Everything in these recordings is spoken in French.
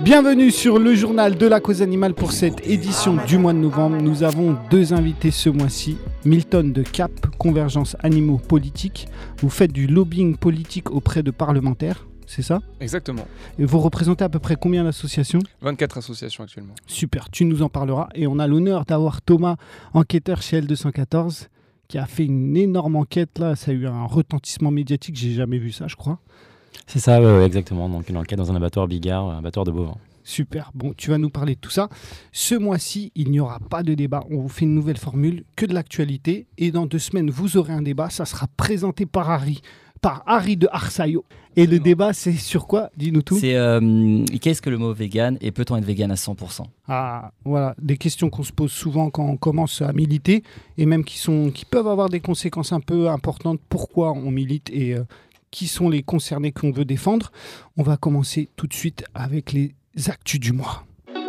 Bienvenue sur le journal de la cause animale pour cette édition du mois de novembre. Nous avons deux invités ce mois-ci. Milton de CAP, Convergence Animaux Politiques. Vous faites du lobbying politique auprès de parlementaires, c'est ça ? Exactement. Et vous représentez à peu près combien d'associations ? 24 associations actuellement. Super, tu nous en parleras. Et on a l'honneur d'avoir Thomas, enquêteur chez L214, qui a fait une énorme enquête. Là, ça a eu un retentissement médiatique, j'ai jamais vu ça, je crois. C'est ça, exactement. Donc une enquête dans un abattoir Bigard, un abattoir de bovins. Super, bon, tu vas nous parler de tout ça. Ce mois-ci, il n'y aura pas de débat. On vous fait une nouvelle formule, que de l'actualité. Et dans 2 semaines, vous aurez un débat. Ça sera présenté par Harry de Arsaio. Et le débat, c'est sur quoi ? Dis-nous tout. C'est qu'est-ce que le mot vegan et peut-on être vegan à 100%? Ah, voilà, des questions qu'on se pose souvent quand on commence à militer et même qui peuvent avoir des conséquences un peu importantes. Pourquoi on milite et qui sont les concernés qu'on veut défendre. On va commencer tout de suite avec les actus du mois.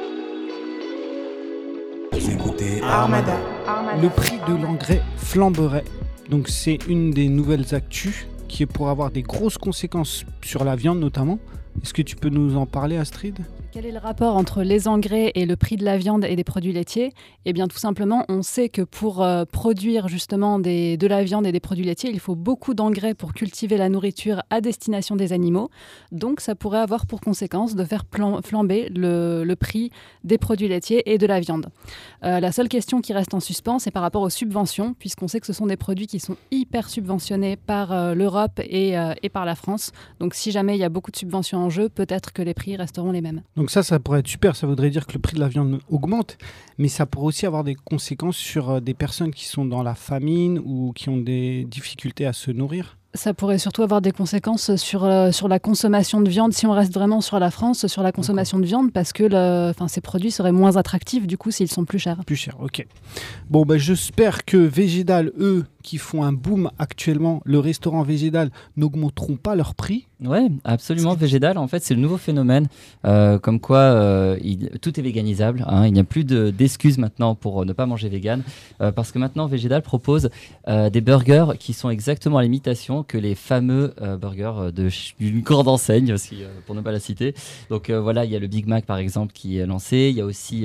Vous écoutez Armada. Le prix de l'engrais flamberait. Donc c'est une des nouvelles actus qui est pour avoir des grosses conséquences sur la viande notamment. Est-ce que tu peux nous en parler, Astrid ? Quel est le rapport entre les engrais et le prix de la viande et des produits laitiers ? Eh bien, tout simplement, on sait que pour produire justement de la viande et des produits laitiers, il faut beaucoup d'engrais pour cultiver la nourriture à destination des animaux. Donc, ça pourrait avoir pour conséquence de faire flamber le prix des produits laitiers et de la viande. La seule question qui reste en suspens, c'est par rapport aux subventions, puisqu'on sait que ce sont des produits qui sont hyper subventionnés par l'Europe et par la France. Donc, si jamais il y a beaucoup de subventions en jeu, peut-être que les prix resteront les mêmes. Donc ça pourrait être super, ça voudrait dire que le prix de la viande augmente, mais ça pourrait aussi avoir des conséquences sur des personnes qui sont dans la famine ou qui ont des difficultés à se nourrir. Ça pourrait surtout avoir des conséquences sur la consommation de viande, si on reste vraiment sur la France, sur la consommation de viande, parce que ces produits seraient moins attractifs du coup s'ils sont plus chers. Plus chers, ok. Bon, j'espère que Végédal, eux, qui font un boom actuellement, le restaurant Végédal, n'augmenteront pas leur prix. Ouais, absolument. Végédal, en fait, c'est le nouveau phénomène, comme quoi tout est véganisable. Hein, il n'y a plus d'excuses maintenant pour ne pas manger vegan, parce que maintenant Végédal propose des burgers qui sont exactement à l'imitation que les fameux burgers d'une grande enseigne, aussi, pour ne pas la citer. Donc voilà, il y a le Big Mac par exemple qui est lancé. Il y a aussi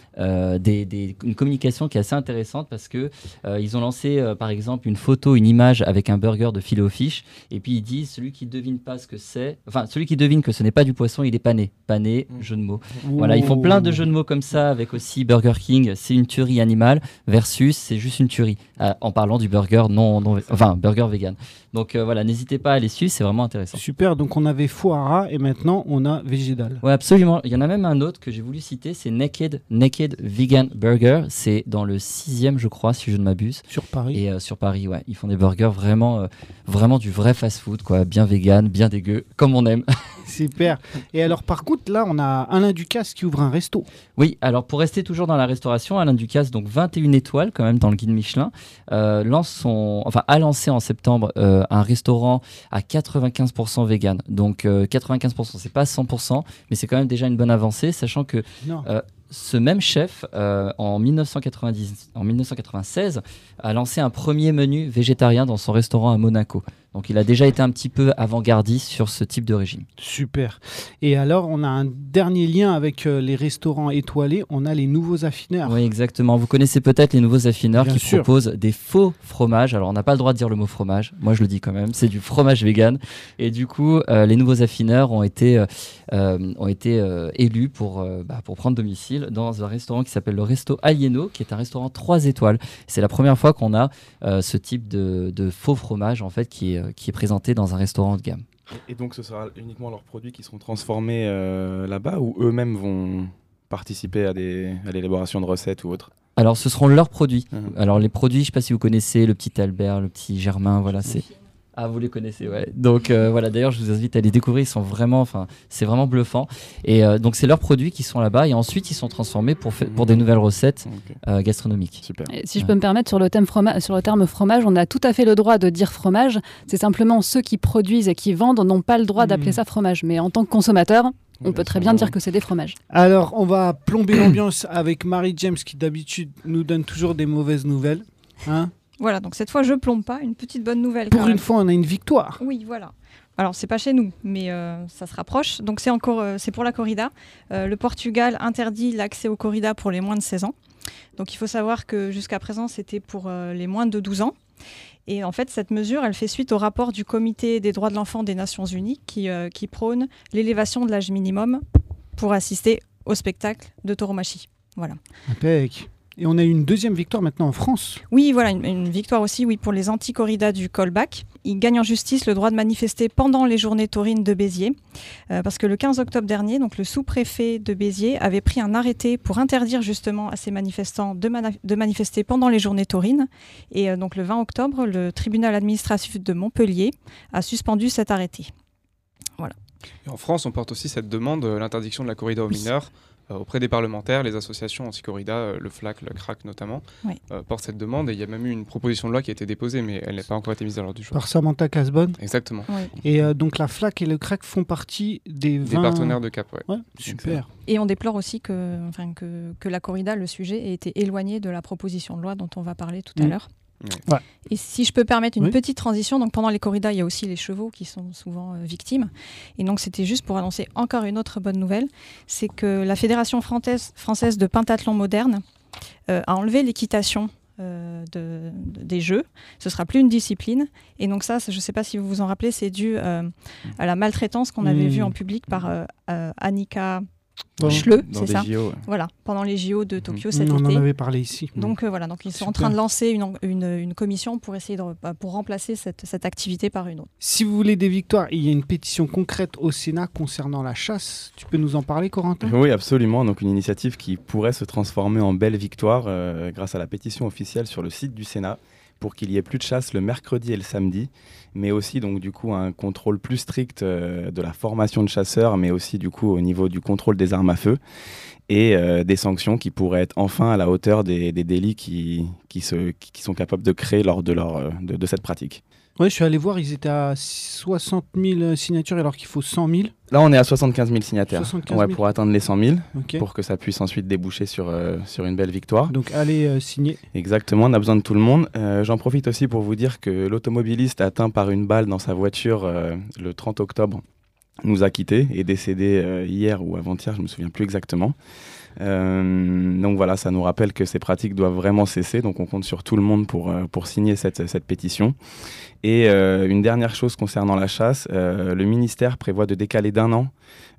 une communication qui est assez intéressante parce que ils ont lancé par exemple une photo, une image avec un burger de Filet-O-Fish et puis ils disent celui qui devine pas ce que c'est, celui qui devine que ce n'est pas du poisson, il est pané, jeu de mots. Voilà, ils font plein de jeux de mots comme ça avec aussi Burger King, c'est une tuerie animale versus c'est juste une tuerie en parlant du burger burger vegan. Donc voilà, n'hésitez pas à aller suivre, c'est vraiment intéressant. Super, donc on avait Foara et maintenant on a Végédal. Ouais, absolument. Il y en a même un autre que j'ai voulu citer, c'est Naked Vegan Burger. C'est dans le 6e, je crois, si je ne m'abuse. Sur Paris. Et sur Paris, ouais. Ils font des burgers vraiment du vrai fast-food, quoi. Bien vegan, bien dégueu, comme on aime. Super. Et alors, par contre, là, on a Alain Ducasse qui ouvre un resto. Oui, alors pour rester toujours dans la restauration, Alain Ducasse, donc 21 étoiles quand même dans le guide Michelin, a lancé en septembre un restaurant à 95% vegan. Donc 95%, c'est pas 100%, mais c'est quand même déjà une bonne avancée, sachant que ce même chef, en 1996, a lancé un premier menu végétarien dans son restaurant à Monaco. Donc il a déjà été un petit peu avant-gardiste sur ce type de régime. Super. Et alors, on a un dernier lien avec les restaurants étoilés. On a les nouveaux affineurs. Oui, exactement. Vous connaissez peut-être les nouveaux affineurs Bien qui sûr. proposent des faux fromages. Alors, on n'a pas le droit de dire le mot fromage. Moi, je le dis quand même. C'est du fromage vegan. Et du coup, les nouveaux affineurs ont été élus pour prendre domicile dans un restaurant qui s'appelle le Resto Alieno, qui est un restaurant 3 étoiles. C'est la première fois qu'on a ce type de faux fromage en fait qui est présenté dans un restaurant de gamme. Et donc ce sera uniquement leurs produits qui seront transformés là-bas ou eux-mêmes vont participer à l'élaboration de recettes ou autres ? Alors ce seront leurs produits. Alors les produits, je ne sais pas si vous connaissez le petit Albert, le petit Germain, voilà, c'est... Ah, vous les connaissez, ouais. Donc voilà, d'ailleurs, je vous invite à les découvrir. Ils sont vraiment, c'est vraiment bluffant. Et donc, c'est leurs produits qui sont là-bas. Et ensuite, ils sont transformés pour des nouvelles recettes gastronomiques. Super. Et si je peux me permettre, sur le terme fromage, on a tout à fait le droit de dire fromage. C'est simplement ceux qui produisent et qui vendent n'ont pas le droit d'appeler ça fromage. Mais en tant que consommateur, on peut très bien dire que c'est des fromages. Alors, on va plomber l'ambiance avec Marie-James qui, d'habitude, nous donne toujours des mauvaises nouvelles. Hein ? Voilà, donc cette fois je plombe pas, une petite bonne nouvelle. Pour une fois, on a une victoire. Oui, voilà. Alors, c'est pas chez nous, mais ça se rapproche. Donc, c'est pour la corrida. Le Portugal interdit l'accès aux corridas pour les moins de 16 ans. Donc, il faut savoir que jusqu'à présent, c'était pour les moins de 12 ans. Et en fait, cette mesure, elle fait suite au rapport du Comité des droits de l'enfant des Nations Unies qui prône l'élévation de l'âge minimum pour assister au spectacle de tauromachie. Voilà. Impec. Et on a eu une deuxième victoire maintenant en France. Oui, voilà, une victoire aussi pour les anti-corridas du Colbac. Ils gagnent en justice le droit de manifester pendant les journées taurines de Béziers. Parce que le 15 octobre dernier, donc, le sous-préfet de Béziers avait pris un arrêté pour interdire justement à ces manifestants de manifester pendant les journées taurines. Et donc le 20 octobre, le tribunal administratif de Montpellier a suspendu cet arrêté. Voilà. Et en France, on porte aussi cette demande, l'interdiction de la corrida aux mineurs. Auprès des parlementaires, les associations anti-corrida, le FLAC, le CRAC notamment, portent cette demande et il y a même eu une proposition de loi qui a été déposée mais elle n'a pas encore été mise à l'ordre du jour. Par Samantha Casbonne. Exactement. Oui. Et donc la FLAC et le CRAC font partie des 20... partenaires de CAP, ouais. Super. Et on déplore aussi que la corrida, le sujet, ait été éloigné de la proposition de loi dont on va parler tout à l'heure. Ouais. Et si je peux permettre une petite transition, donc pendant les corridas, il y a aussi les chevaux qui sont souvent victimes. Et donc c'était juste pour annoncer encore une autre bonne nouvelle, c'est que la Fédération française de pentathlon moderne a enlevé l'équitation des Jeux. Ce sera plus une discipline. Et donc ça, je ne sais pas si vous vous en rappelez, c'est dû à la maltraitance qu'on avait vue en public par Annika Schleu, c'est ça. JO, Voilà, pendant les JO de Tokyo cet été. On en avait parlé ici. Donc voilà, donc ils sont en train de lancer une commission pour essayer pour remplacer cette activité par une autre. Si vous voulez des victoires, il y a une pétition concrète au Sénat concernant la chasse. Tu peux nous en parler, Corentin ? Oui, absolument. Donc une initiative qui pourrait se transformer en belle victoire grâce à la pétition officielle sur le site du Sénat pour qu'il y ait plus de chasse le mercredi et le samedi, mais aussi donc du coup un contrôle plus strict de la formation de chasseurs, mais aussi du coup au niveau du contrôle des armes à feu et des sanctions qui pourraient être enfin à la hauteur des délits qui sont capables de créer lors de cette pratique. Oui, je suis allé voir, ils étaient à 60 000 signatures alors qu'il faut 100 000. Là, on est à 75 000 signataires 75 000. pour atteindre les 100 000, Okay. pour que ça puisse ensuite déboucher sur une belle victoire. Donc allez signer. Exactement, on a besoin de tout le monde. J'en profite aussi pour vous dire que l'automobiliste atteint par une balle dans sa voiture le 30 octobre nous a quittés et décédé hier ou avant-hier, je ne me souviens plus exactement. Donc voilà, ça nous rappelle que ces pratiques doivent vraiment cesser, donc on compte sur tout le monde pour signer cette pétition. Et une dernière chose concernant la chasse, le ministère prévoit de décaler d'1 an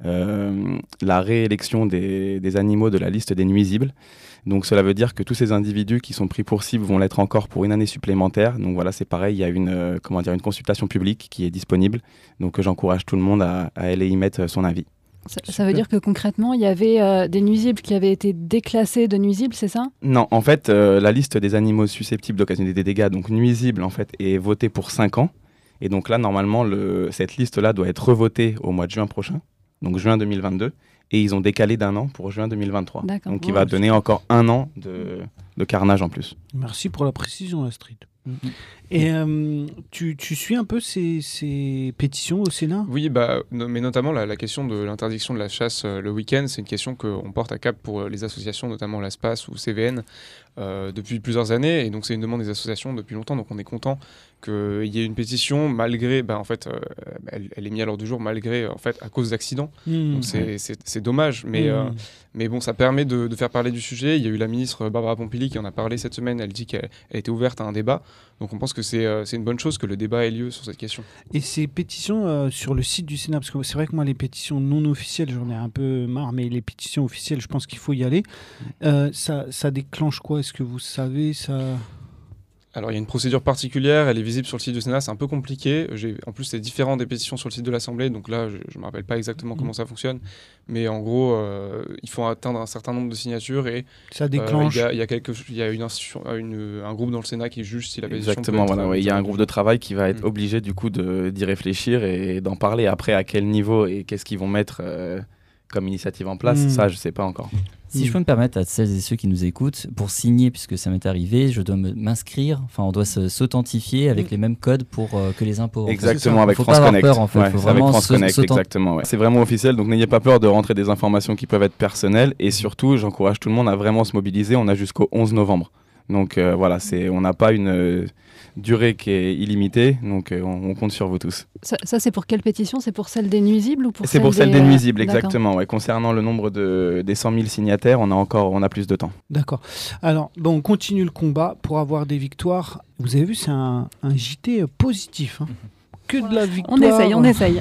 la réélection des animaux de la liste des nuisibles. Donc cela veut dire que tous ces individus qui sont pris pour cible vont l'être encore pour une année supplémentaire. Donc voilà, c'est pareil, il y a une consultation publique qui est disponible. Donc j'encourage tout le monde à aller y mettre son avis. Ça veut dire que concrètement, il y avait des nuisibles qui avaient été déclassés de nuisibles, c'est ça ? Non, en fait, la liste des animaux susceptibles d'occasionner des dégâts, donc nuisibles, en fait, est votée pour 5 ans. Et donc là, normalement, cette liste-là doit être revotée au mois de juin prochain, donc juin 2022. Et ils ont décalé d'1 an pour juin 2023. D'accord. Donc il va donner encore 1 an de carnage en plus. Merci pour la précision, Astrid. Et tu suis un peu ces pétitions au Sénat ? Oui, mais notamment la question de l'interdiction de la chasse le week-end, c'est une question qu'on porte à CAP pour les associations, notamment l'ASPAS ou CVN, depuis plusieurs années. Et donc c'est une demande des associations depuis longtemps, donc on est content qu'il y ait une pétition malgré, elle est mise à l'ordre du jour malgré, à cause d'accidents. Donc c'est dommage, mais bon, ça permet de faire parler du sujet. Il y a eu la ministre Barbara Pompili qui en a parlé cette semaine, elle dit qu'elle était ouverte à un débat. Donc on pense que c'est une bonne chose que le débat ait lieu sur cette question. Et ces pétitions sur le site du Sénat, parce que c'est vrai que moi les pétitions non officielles, j'en ai un peu marre, mais les pétitions officielles, je pense qu'il faut y aller. Ça déclenche quoi ? Est-ce que vous savez ça ? Alors il y a une procédure particulière, elle est visible sur le site du Sénat, c'est un peu compliqué. En plus c'est différent des pétitions sur le site de l'Assemblée, donc là je ne me rappelle pas exactement comment ça fonctionne. Mais en gros, il faut atteindre un certain nombre de signatures et ça déclenche. Il y a un groupe dans le Sénat qui juge si la pétition Exactement, il y a un groupe de travail qui va être obligé du coup d'y réfléchir et d'en parler. Après, à quel niveau et qu'est-ce qu'ils vont mettre comme initiative en place, ça je ne sais pas encore. Si je peux me permettre à celles et ceux qui nous écoutent, pour signer, puisque ça m'est arrivé, je dois m'inscrire, on doit s'authentifier avec les mêmes codes pour que les impôts. Exactement, avec France Connect. Faut pas avoir peur, en fait. Faut avec vraiment France Connect, exactement. Ouais. C'est vraiment officiel, donc n'ayez pas peur de rentrer des informations qui peuvent être personnelles. Et surtout, j'encourage tout le monde à vraiment se mobiliser. On a jusqu'au 11 novembre. Donc voilà, on n'a pas une durée qui est illimitée, donc on compte sur vous tous. Ça, c'est pour quelle pétition? C'est pour celle des nuisibles ou pour C'est pour celle des nuisibles, D'accord. exactement. Ouais. Concernant le nombre des 100 000 signataires, on a plus de temps. D'accord. Alors, on continue le combat pour avoir des victoires. Vous avez vu, c'est un JT positif. Hein. Que de la victoire. On essaye.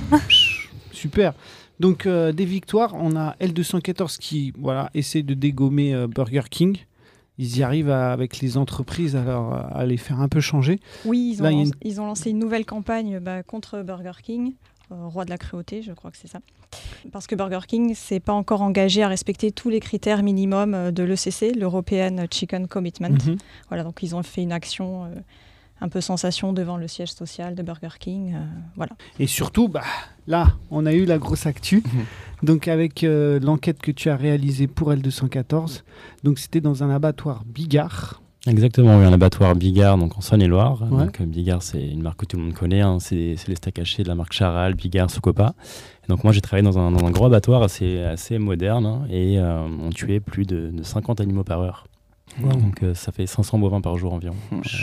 Super. Donc, des victoires, on a L214 qui essaie de dégommer Burger King. Ils y arrivent avec les entreprises à les faire un peu changer. Oui, ils ont lancé une nouvelle campagne contre Burger King, roi de la cruauté, je crois que c'est ça. Parce que Burger King s'est pas encore engagé à respecter tous les critères minimums de l'ECC, l'European Chicken Commitment. Mm-hmm. Voilà, donc ils ont fait une action un peu sensation devant le siège social de Burger King. Voilà. Et surtout, là, on a eu la grosse actu. Donc avec l'enquête que tu as réalisée pour L214, donc c'était dans un abattoir Bigard. Exactement, oui, un abattoir Bigard, donc en Saône-et-Loire. Ouais. Donc Bigard, c'est une marque que tout le monde connaît, hein. C'est les steaks hachés de la marque Charal, Bigard, Socopa. Et donc moi, j'ai travaillé dans un gros abattoir assez moderne, hein, et on tuait plus de 50 animaux par heure. Wow. Donc ça fait 500 bovins par jour environ.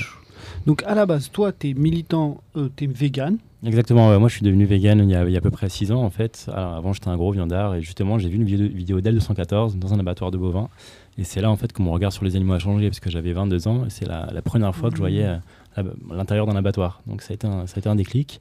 Donc à la base, toi, tu es militant, tu es vegan. Exactement, moi je suis devenu vegan il y a à peu près 6 ans en fait. Alors, avant j'étais un gros viandard et justement j'ai vu une vidéo d'L214 dans un abattoir de bovins. Et c'est là en fait que mon regard sur les animaux a changé parce que j'avais 22 ans et c'est la première fois que je voyais l'intérieur d'un abattoir. Donc ça a été un déclic.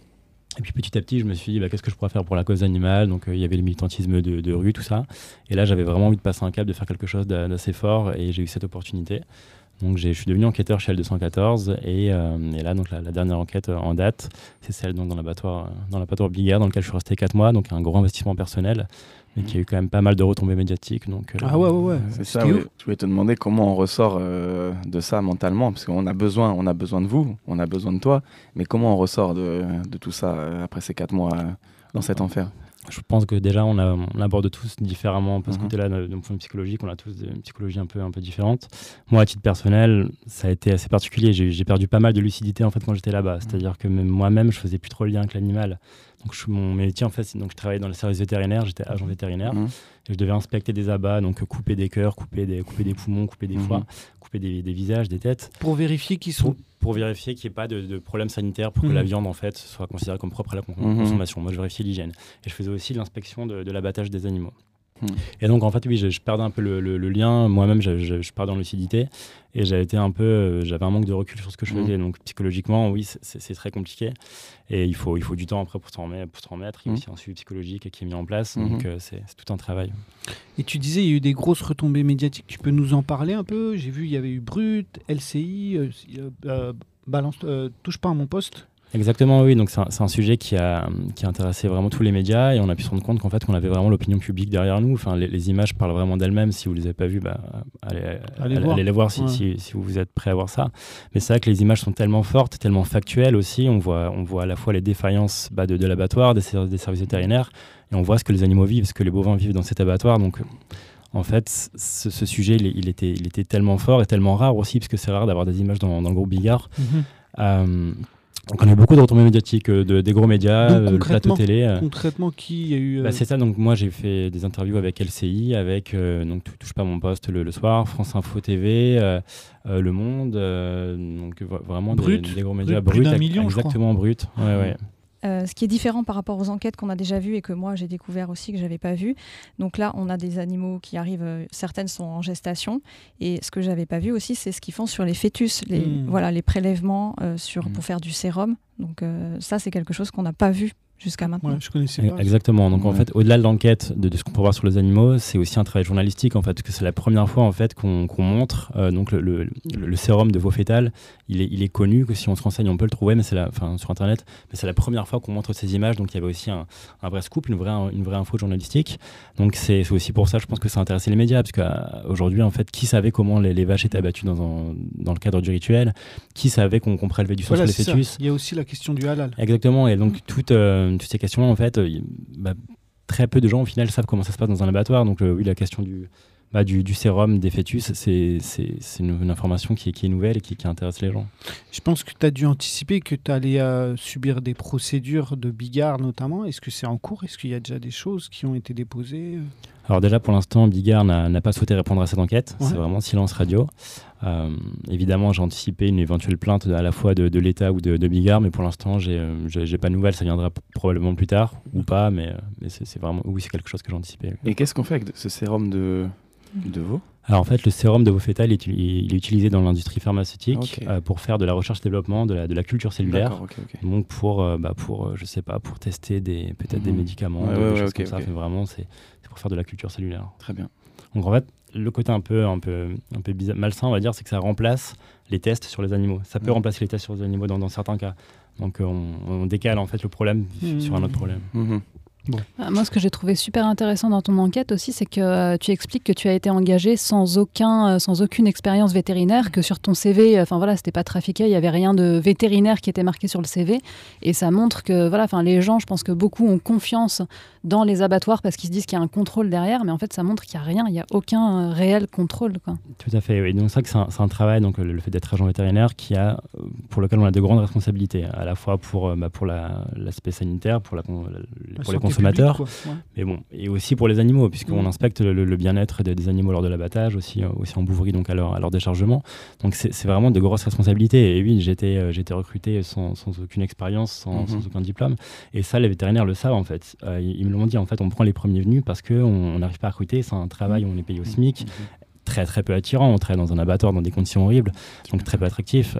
Et puis petit à petit je me suis dit qu'est-ce que je pourrais faire pour la cause animale. Donc il y avait le militantisme de rue, tout ça. Et là j'avais vraiment envie de passer un cap, de faire quelque chose d'assez fort et j'ai eu cette opportunité. Donc je suis devenu enquêteur chez L214 et là donc la dernière enquête en date, c'est celle donc dans l'abattoir Bigard dans lequel je suis resté 4 mois, donc un gros investissement personnel, mais qui a eu quand même pas mal de retombées médiatiques. Donc, ouais. C'est ça, oui. Je voulais te demander comment on ressort de ça mentalement, parce qu'on a besoin de vous, on a besoin de toi, mais comment on ressort de tout ça après ces 4 mois dans cet enfer? Je pense que déjà on aborde tous différemment parce que côté-là, d'un point de vue psychologique, on a tous une psychologie un peu différente. Moi, à titre personnel, ça a été assez particulier. J'ai perdu pas mal de lucidité en fait quand j'étais là-bas. C'est-à-dire que même moi-même, je faisais plus trop le lien avec l'animal. Donc mon métier en fait, donc je travaillais dans le service vétérinaire, j'étais agent vétérinaire et je devais inspecter des abats, donc couper des cœurs, couper des poumons, couper des foies, couper des visages, des têtes. Pour vérifier qu'ils sont... Pour vérifier qu'il n'y ait pas de problème sanitaire, pour que la viande en fait soit considérée comme propre à la consommation. Moi, je vérifiais l'hygiène. Et je faisais aussi l'inspection de l'abattage des animaux. Et donc, en fait, oui, je perdais un peu le lien. Moi-même, je perdais en lucidité. Et j'avais un manque de recul sur ce que je faisais. Donc, psychologiquement, oui, c'est très compliqué. Et il faut du temps après pour s'en remettre. Il y a aussi un suivi psychologique qui est mis en place. Donc, c'est tout un travail. Et tu disais, il y a eu des grosses retombées médiatiques. Tu peux nous en parler un peu? J'ai vu, il y avait eu Brut, LCI, Touche pas à mon poste. Exactement, oui. Donc c'est un sujet qui a intéressé vraiment tous les médias et on a pu se rendre compte qu'en fait, qu'on avait vraiment l'opinion publique derrière nous. Enfin, les images parlent vraiment d'elles-mêmes. Si vous les avez pas vues, allez les voir si vous êtes prêt à voir ça. Mais c'est vrai que les images sont tellement fortes, tellement factuelles aussi. On voit à la fois les défaillances de l'abattoir, des services vétérinaires, et on voit ce que les animaux vivent, ce que les bovins vivent dans cet abattoir. Donc en fait, ce sujet, il était tellement fort et tellement rare aussi, parce que c'est rare d'avoir des images dans le groupe Bigard. Donc on a eu beaucoup de retombées médiatiques des gros médias, le plateau télé. Concrètement, qui a eu... C'est ça, donc moi j'ai fait des interviews avec LCI, avec donc Touche pas à mon poste le soir, France Info TV, Le Monde, donc vraiment des gros médias. Plus d'1 million, exactement, Brut. Ouais. Ce qui est différent par rapport aux enquêtes qu'on a déjà vues et que moi j'ai découvert aussi que j'avais pas vu. Donc là, on a des animaux qui arrivent, certaines sont en gestation. Et ce que j'avais pas vu aussi, c'est ce qu'ils font sur les fœtus, les prélèvements pour faire du sérum. Donc ça, c'est quelque chose qu'on n'a pas vu jusqu'à maintenant. Ouais, je connaissais pas. Exactement. Donc en fait, au-delà de l'enquête, de ce qu'on peut voir sur les animaux, c'est aussi un travail journalistique en fait, parce que c'est la première fois en fait qu'on montre donc le sérum de veau fétal. Il est connu, que si on se renseigne, on peut le trouver, mais sur internet. Mais c'est la première fois qu'on montre ces images. Donc il y avait aussi un vrai scoop, une vraie info journalistique. Donc c'est aussi pour ça, je pense que ça a intéressé les médias, parce qu'aujourd'hui en fait, qui savait comment les vaches étaient abattues dans le cadre du rituel, qui savait qu'on prélevait du sang sur les fœtus. Il y a aussi la question du halal. Exactement. Et donc toutes ces questions-là, en fait, très peu de gens, au final, savent comment ça se passe dans un abattoir. Donc, oui, la question du sérum des fœtus, c'est une information qui est nouvelle et qui intéresse les gens. Je pense que tu as dû anticiper que tu allais subir des procédures de Bigard notamment. Est-ce que c'est en cours? Est-ce qu'il y a déjà des choses qui ont été déposées? Alors déjà, pour l'instant, Bigard n'a pas souhaité répondre à cette enquête. Ouais. C'est vraiment silence radio. Évidemment, j'ai anticipé une éventuelle plainte à la fois de l'État ou de Bigard, mais pour l'instant, j'ai pas de nouvelles. Ça viendra probablement plus tard ou pas, mais c'est vraiment, oui, c'est quelque chose que j'ai anticipé. Et qu'est-ce qu'on fait avec ce sérum de veau? Alors en fait, le sérum de veau fœtal, il est utilisé dans l'industrie pharmaceutique pour faire de la recherche-développement, de la culture cellulaire. D'accord, ok. Donc pour je sais pas, pour tester peut-être des médicaments, des choses comme ça. Fait vraiment, c'est pour faire de la culture cellulaire. Très bien. Donc en fait, le côté un peu bizarre, malsain, on va dire, c'est que ça remplace les tests sur les animaux. Ça peut remplacer les tests sur les animaux dans certains cas. Donc on décale en fait le problème sur un autre problème. Bon. Moi, ce que j'ai trouvé super intéressant dans ton enquête aussi, c'est que tu expliques que tu as été engagé sans aucune expérience vétérinaire, que sur ton CV, c'était pas trafiqué, il y avait rien de vétérinaire qui était marqué sur le CV, et ça montre que les gens, je pense que beaucoup ont confiance dans les abattoirs parce qu'ils se disent qu'il y a un contrôle derrière, mais en fait, ça montre qu'il y a rien, il y a aucun réel contrôle, quoi. Tout à fait. Oui. Donc c'est ça que c'est un travail, donc le fait d'être agent vétérinaire, pour lequel on a de grandes responsabilités, à la fois pour l'aspect sanitaire, pour les consommateurs, publique, ouais. mais bon, et aussi pour les animaux, puisqu'on inspecte le bien-être des animaux lors de l'abattage, aussi en bouverie, donc à leur déchargement. Donc c'est vraiment de grosses responsabilités. Et oui, j'ai été recruté sans aucune expérience, sans aucun diplôme. Et ça, les vétérinaires le savent en fait. Ils me l'ont dit, en fait, on prend les premiers venus parce qu'on n'arrive pas à recruter. C'est un travail où on est payé au SMIC, très très peu attirant. On travaille dans un abattoir dans des conditions horribles, donc très peu attractif.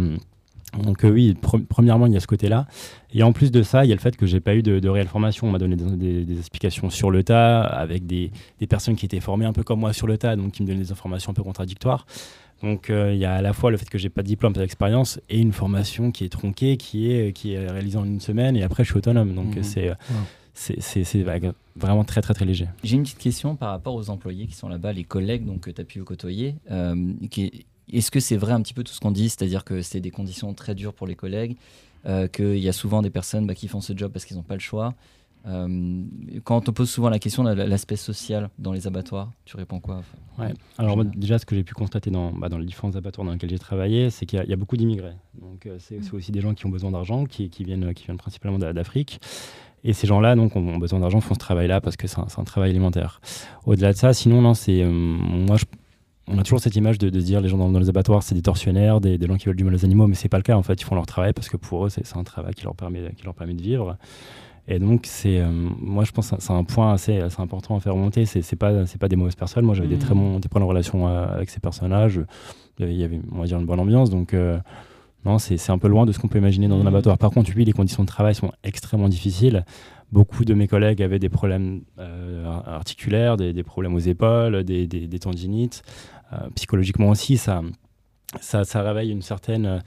Donc oui, premièrement, il y a ce côté-là. Et en plus de ça, il y a le fait que j'ai pas eu de réelle formation. On m'a donné des explications sur le tas, avec des personnes qui étaient formées un peu comme moi sur le tas, donc qui me donnaient des informations un peu contradictoires. Donc il y a à la fois le fait que j'ai pas de diplôme, pas d'expérience, et une formation qui est tronquée, qui est réalisée en une semaine, et après je suis autonome. Donc c'est vraiment très très très léger. J'ai une petite question par rapport aux employés qui sont là-bas, les collègues donc, que tu as pu côtoyer. Est-ce que c'est vrai un petit peu tout ce qu'on dit, c'est-à-dire que c'est des conditions très dures pour les collègues, qu'il y a souvent des personnes qui font ce job parce qu'ils n'ont pas le choix? Quand on pose souvent la question de l'aspect social dans les abattoirs, tu réponds quoi? Alors moi, déjà, ce que j'ai pu constater dans les différents abattoirs dans lesquels j'ai travaillé, c'est qu'il y a beaucoup d'immigrés. Donc c'est aussi des gens qui ont besoin d'argent, qui viennent principalement d'Afrique. Et ces gens-là donc, ont besoin d'argent, font ce travail-là parce que c'est un travail alimentaire. Au-delà de ça, sinon, non, on a toujours cette image de se dire les gens dans les abattoirs, c'est des tortionnaires, des gens qui veulent du mal aux animaux, mais c'est pas le cas. En fait, ils font leur travail parce que pour eux, c'est un travail qui leur permet de vivre. Et donc, moi, je pense que c'est un point assez important à faire remonter. C'est pas des mauvaises personnes. Moi, j'avais des très bonnes relations avec ces personnages. Il y avait, on va dire, une bonne ambiance. Donc, non, c'est un peu loin de ce qu'on peut imaginer dans un abattoir. Par contre, oui, les conditions de travail sont extrêmement difficiles. Beaucoup de mes collègues avaient des problèmes articulaires, des problèmes aux épaules, des tendinites. Psychologiquement aussi, ça réveille une certaine...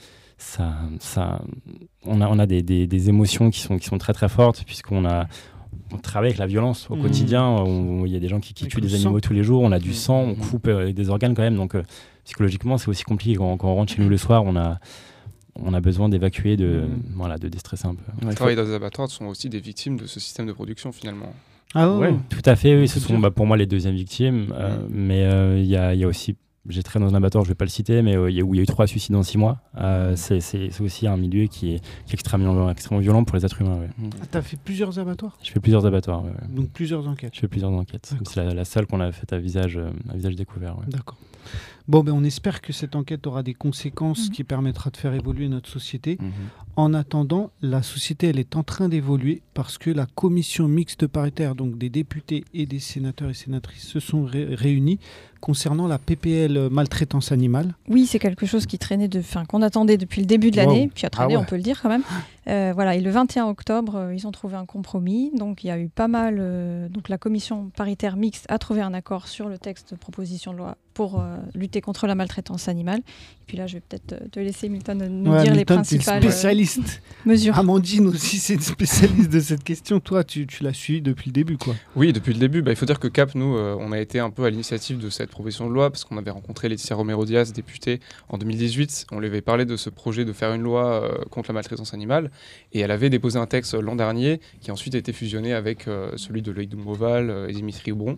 on a des émotions qui sont très très fortes, puisqu'on travaille avec la violence au quotidien. Il y a des gens qui tuent des animaux tous les jours, on a du sang, on coupe des organes quand même. Donc psychologiquement, c'est aussi compliqué. Quand on rentre chez nous le soir, on a besoin d'évacuer, de déstresser un peu. Les travailleurs dans les abattoirs sont aussi des victimes de ce système de production finalement. Ah ouais. Tout à fait, oui. Ce sont pour moi les deuxièmes victimes. Mais il y a aussi... J'ai travaillé dans un abattoir, je ne vais pas le citer, mais où il y a eu 3 suicides en 6 mois. C'est aussi un milieu qui est extrêmement violent pour les êtres humains. Ouais. Tu as fait plusieurs abattoirs? Je fais plusieurs abattoirs. Ouais. Donc plusieurs enquêtes? Je fais plusieurs enquêtes. C'est la seule qu'on a faite à visage découvert. Ouais. D'accord. Bon, on espère que cette enquête aura des conséquences qui permettra de faire évoluer notre société. En attendant, la société, elle est en train d'évoluer parce que la commission mixte paritaire, donc des députés et des sénateurs et sénatrices, se sont réunis concernant la PPL maltraitance animale. Oui, c'est quelque chose qui traînait qu'on attendait depuis le début de l'année, puis a traîné, on peut le dire quand même. Et le 21 octobre, ils ont trouvé un compromis. Donc il y a eu pas mal. Donc la commission paritaire mixte a trouvé un accord sur le texte de proposition de loi pour lutter contre la maltraitance animale. Et puis là, je vais peut-être te laisser, Milton, nous dire les principales mesures. Amandine aussi, c'est une spécialiste de cette question. Toi, tu l'as suivi depuis le début, quoi. Oui, depuis le début. Il faut dire que CAP, nous, on a été un peu à l'initiative de cette proposition de loi parce qu'on avait rencontré Laetitia Romero-Diaz, députée, en 2018. On lui avait parlé de ce projet de faire une loi contre la maltraitance animale. Et elle avait déposé un texte l'an dernier qui a ensuite été fusionné avec celui de Loïc Dombreval et Dimitri Houbron.